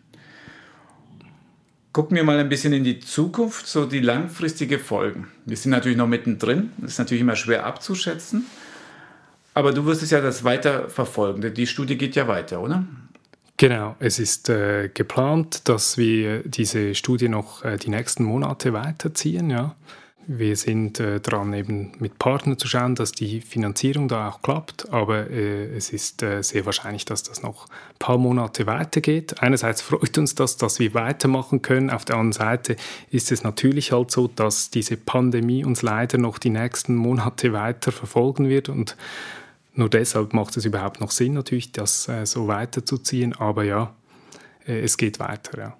Gucken wir mal ein bisschen in die Zukunft, so die langfristige Folgen. Wir sind natürlich noch mittendrin, das ist natürlich immer schwer abzuschätzen, aber du wirst es ja das weiter verfolgen, die Studie geht ja weiter, oder? Genau, es ist äh, geplant, dass wir diese Studie noch äh, die nächsten Monate weiterziehen. Ja. Wir sind äh, dran, eben mit Partnern zu schauen, dass die Finanzierung da auch klappt, aber äh, es ist äh, sehr wahrscheinlich, dass das noch ein paar Monate weitergeht. Einerseits freut uns das, dass wir weitermachen können. Auf der anderen Seite ist es natürlich halt so, dass diese Pandemie uns leider noch die nächsten Monate weiter verfolgen wird und nur deshalb macht es überhaupt noch Sinn, natürlich, das äh, so weiterzuziehen. Aber ja, äh, es geht weiter. Ja.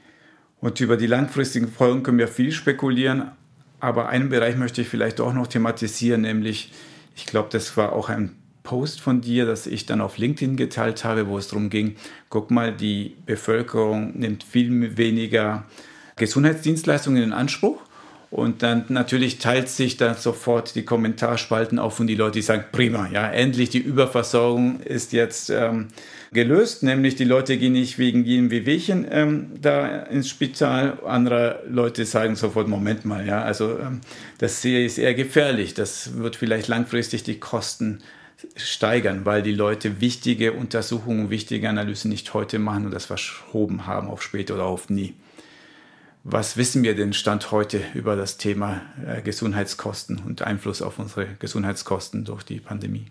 Und über die langfristigen Folgen können wir viel spekulieren. Aber einen Bereich möchte ich vielleicht auch noch thematisieren, nämlich, ich glaube, das war auch ein Post von dir, das ich dann auf LinkedIn geteilt habe, wo es darum ging, guck mal, die Bevölkerung nimmt viel weniger Gesundheitsdienstleistungen in Anspruch. Und dann natürlich teilt sich dann sofort die Kommentarspalten auf und die Leute, die sagen, prima, ja, endlich die Überversorgung ist jetzt ähm, gelöst, nämlich die Leute gehen nicht wegen jedem Wehwehchen ähm, da ins Spital. Andere Leute sagen sofort, Moment mal, ja, also ähm, das ist eher gefährlich, das wird vielleicht langfristig die Kosten steigern, weil die Leute wichtige Untersuchungen, wichtige Analysen nicht heute machen und das verschoben haben auf später oder auf nie. Was wissen wir denn Stand heute über das Thema äh, Gesundheitskosten und Einfluss auf unsere Gesundheitskosten durch die Pandemie?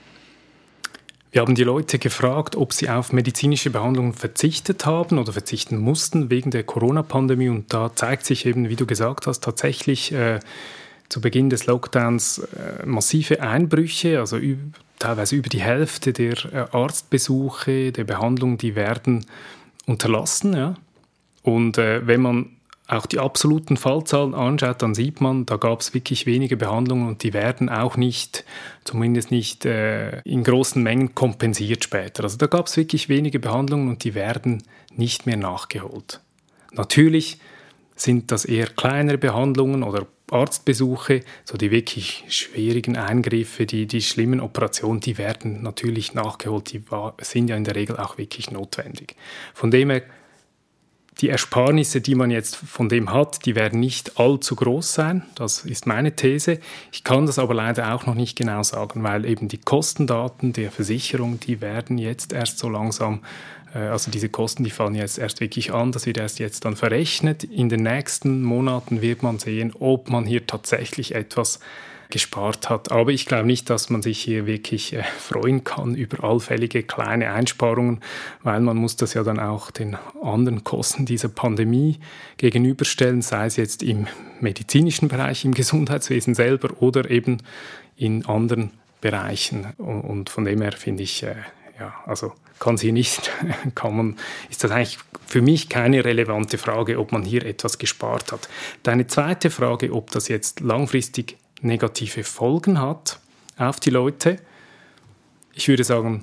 Wir haben die Leute gefragt, ob sie auf medizinische Behandlungen verzichtet haben oder verzichten mussten wegen der Corona-Pandemie. Und da zeigt sich eben, wie du gesagt hast, tatsächlich äh, zu Beginn des Lockdowns äh, massive Einbrüche, also üb- teilweise über die Hälfte der äh, Arztbesuche, der Behandlungen, die werden unterlassen. Ja? Und äh, wenn man auch die absoluten Fallzahlen anschaut, dann sieht man, da gab es wirklich wenige Behandlungen und die werden auch nicht, zumindest nicht äh, in großen Mengen kompensiert später. Also da gab es wirklich wenige Behandlungen und die werden nicht mehr nachgeholt. Natürlich sind das eher kleinere Behandlungen oder Arztbesuche, so die wirklich schwierigen Eingriffe, die, die schlimmen Operationen, die werden natürlich nachgeholt, die war, sind ja in der Regel auch wirklich notwendig. Von dem her, die Ersparnisse, die man jetzt von dem hat, die werden nicht allzu groß sein. Das ist meine These. Ich kann das aber leider auch noch nicht genau sagen, weil eben die Kostendaten der Versicherung, die werden jetzt erst so langsam, äh, also diese Kosten, die fallen jetzt erst wirklich an. Das wird erst jetzt dann verrechnet. In den nächsten Monaten wird man sehen, ob man hier tatsächlich etwas gespart hat. Aber ich glaube nicht, dass man sich hier wirklich äh, freuen kann über allfällige kleine Einsparungen, weil man muss das ja dann auch den anderen Kosten dieser Pandemie gegenüberstellen, sei es jetzt im medizinischen Bereich, im Gesundheitswesen selber oder eben in anderen Bereichen. Und, und von dem her finde ich, äh, ja, also kann sie nicht, kann man, ist das eigentlich für mich keine relevante Frage, ob man hier etwas gespart hat. Deine zweite Frage, ob das jetzt langfristig negative Folgen hat auf die Leute. Ich würde sagen,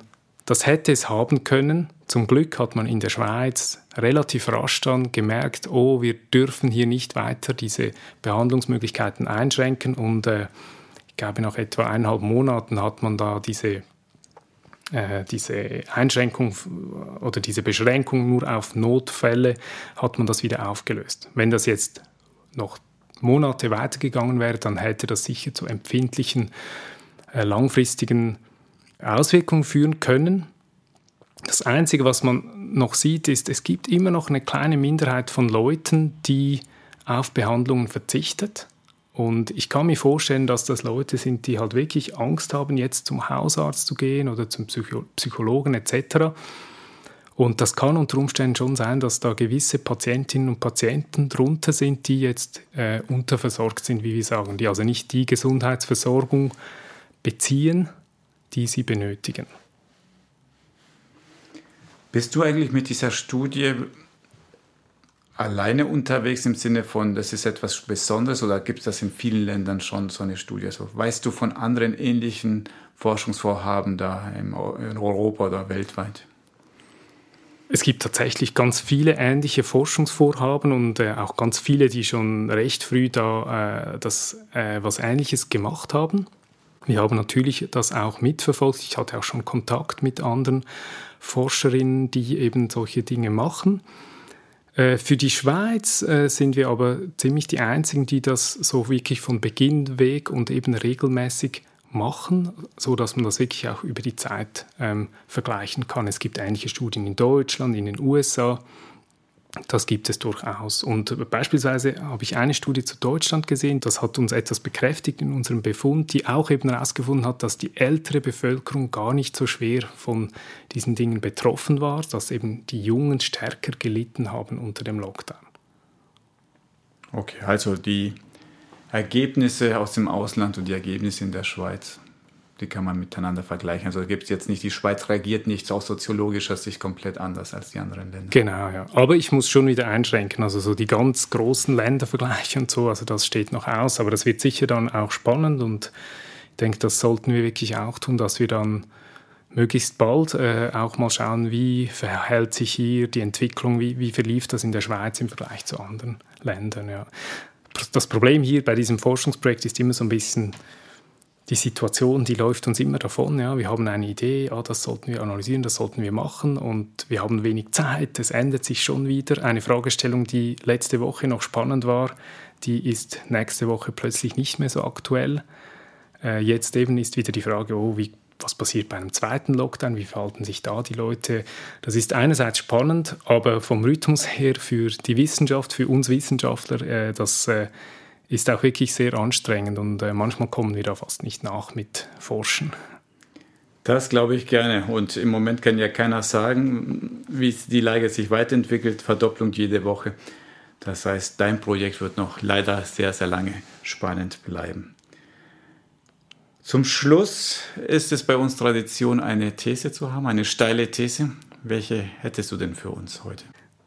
Das hätte es haben können. Zum Glück hat man in der Schweiz relativ rasch dann gemerkt, oh, wir dürfen hier nicht weiter diese Behandlungsmöglichkeiten einschränken. Und äh, ich glaube, nach etwa eineinhalb Monaten hat man da diese, äh, diese Einschränkung oder diese Beschränkung nur auf Notfälle, hat man das wieder aufgelöst. Wenn das jetzt noch Monate weitergegangen wäre, dann hätte das sicher zu empfindlichen, äh, langfristigen Auswirkungen führen können. Das Einzige, was man noch sieht, ist, es gibt immer noch eine kleine Minderheit von Leuten, die auf Behandlungen verzichtet. Und ich kann mir vorstellen, dass das Leute sind, die halt wirklich Angst haben, jetzt zum Hausarzt zu gehen oder zum Psycho- Psychologen et cetera. Und das kann unter Umständen schon sein, dass da gewisse Patientinnen und Patienten drunter sind, die jetzt äh, unterversorgt sind, wie wir sagen, die also nicht die Gesundheitsversorgung beziehen, die sie benötigen. Bist du eigentlich mit dieser Studie alleine unterwegs im Sinne von, das ist etwas Besonderes, oder gibt es das in vielen Ländern schon, so eine Studie? Also weißt du von anderen ähnlichen Forschungsvorhaben da in Europa oder weltweit? Es gibt tatsächlich ganz viele ähnliche Forschungsvorhaben und äh, auch ganz viele, die schon recht früh da äh, das, äh, was Ähnliches gemacht haben. Wir haben natürlich das auch mitverfolgt. Ich hatte auch schon Kontakt mit anderen Forscherinnen, die eben solche Dinge machen. Äh, für die Schweiz äh, sind wir aber ziemlich die Einzigen, die das so wirklich von Beginn weg und eben regelmäßig machen, so dass man das wirklich auch über die Zeit ähm, vergleichen kann. Es gibt ähnliche Studien in Deutschland, in den U S A. Das gibt es durchaus. Und beispielsweise habe ich eine Studie zu Deutschland gesehen, das hat uns etwas bekräftigt in unserem Befund, die auch eben herausgefunden hat, dass die ältere Bevölkerung gar nicht so schwer von diesen Dingen betroffen war, dass eben die Jungen stärker gelitten haben unter dem Lockdown. Okay, also die Ergebnisse aus dem Ausland und die Ergebnisse in der Schweiz, die kann man miteinander vergleichen. Also gibt es jetzt nicht, die Schweiz reagiert nicht aus soziologischer Sicht komplett anders als die anderen Länder. Genau, ja. Aber ich muss schon wieder einschränken, also so die ganz großen Ländervergleiche und so, also das steht noch aus, aber das wird sicher dann auch spannend und ich denke, das sollten wir wirklich auch tun, dass wir dann möglichst bald äh, auch mal schauen, wie verhält sich hier die Entwicklung, wie, wie verlief das in der Schweiz im Vergleich zu anderen Ländern, ja. Das Problem hier bei diesem Forschungsprojekt ist immer so ein bisschen die Situation, die läuft uns immer davon. Ja. Wir haben eine Idee, ah, das sollten wir analysieren, das sollten wir machen und wir haben wenig Zeit, es ändert sich schon wieder. Eine Fragestellung, die letzte Woche noch spannend war, die ist nächste Woche plötzlich nicht mehr so aktuell. Äh, jetzt eben ist wieder die Frage, oh, wie was passiert bei einem zweiten Lockdown, wie verhalten sich da die Leute? Das ist einerseits spannend, aber vom Rhythmus her für die Wissenschaft, für uns Wissenschaftler, äh, das äh, ist auch wirklich sehr anstrengend und äh, manchmal kommen wir da fast nicht nach mit Forschen. Das glaube ich gerne und im Moment kann ja keiner sagen, wie die Lage sich weiterentwickelt, Verdopplung jede Woche. Das heißt, dein Projekt wird noch leider sehr, sehr lange spannend bleiben. Zum Schluss ist es bei uns Tradition, eine These zu haben, eine steile These. Welche hättest du denn für uns heute?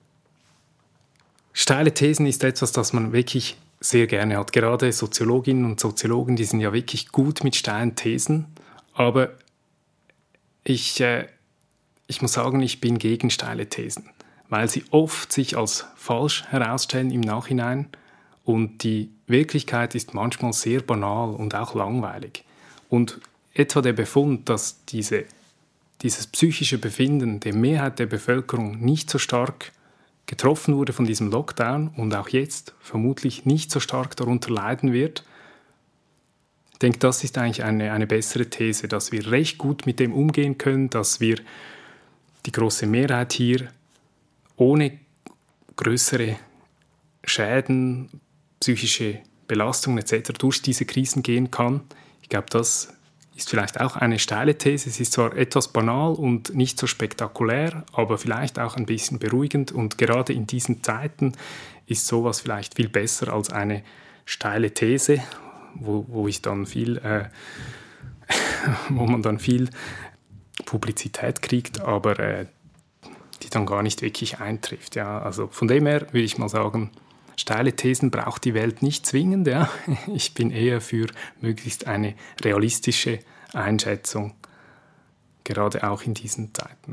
Steile Thesen ist etwas, das man wirklich sehr gerne hat. Gerade Soziologinnen und Soziologen, die sind ja wirklich gut mit steilen Thesen. Aber ich, äh, ich muss sagen, ich bin gegen steile Thesen, weil sie oft sich als falsch herausstellen im Nachhinein. Und die Wirklichkeit ist manchmal sehr banal und auch langweilig. Und etwa der Befund, dass diese, dieses psychische Befinden der Mehrheit der Bevölkerung nicht so stark getroffen wurde von diesem Lockdown und auch jetzt vermutlich nicht so stark darunter leiden wird, ich denke, das ist eigentlich eine, eine bessere These, dass wir recht gut mit dem umgehen können, dass wir die große Mehrheit hier ohne größere Schäden, psychische Belastungen et cetera durch diese Krisen gehen kann. Ich glaube, das ist vielleicht auch eine steile These. Es ist zwar etwas banal und nicht so spektakulär, aber vielleicht auch ein bisschen beruhigend. Und gerade in diesen Zeiten ist sowas vielleicht viel besser als eine steile These, wo, wo ich dann viel, äh, wo man dann viel Publizität kriegt, aber äh, die dann gar nicht wirklich eintrifft. Ja. Also von dem her würde ich mal sagen, steile Thesen braucht die Welt nicht zwingend. Ja. Ich bin eher für möglichst eine realistische Einschätzung. gerade auch in diesen Zeiten.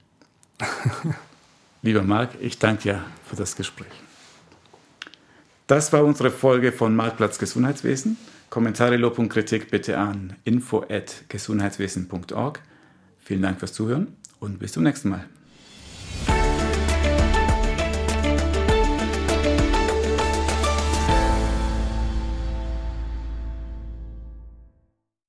Lieber Marc, ich danke dir für das Gespräch. Das war unsere Folge von Marktplatz Gesundheitswesen. Kommentare, Lob und Kritik bitte an info at gesundheitswesen punkt org. Vielen Dank fürs Zuhören und bis zum nächsten Mal.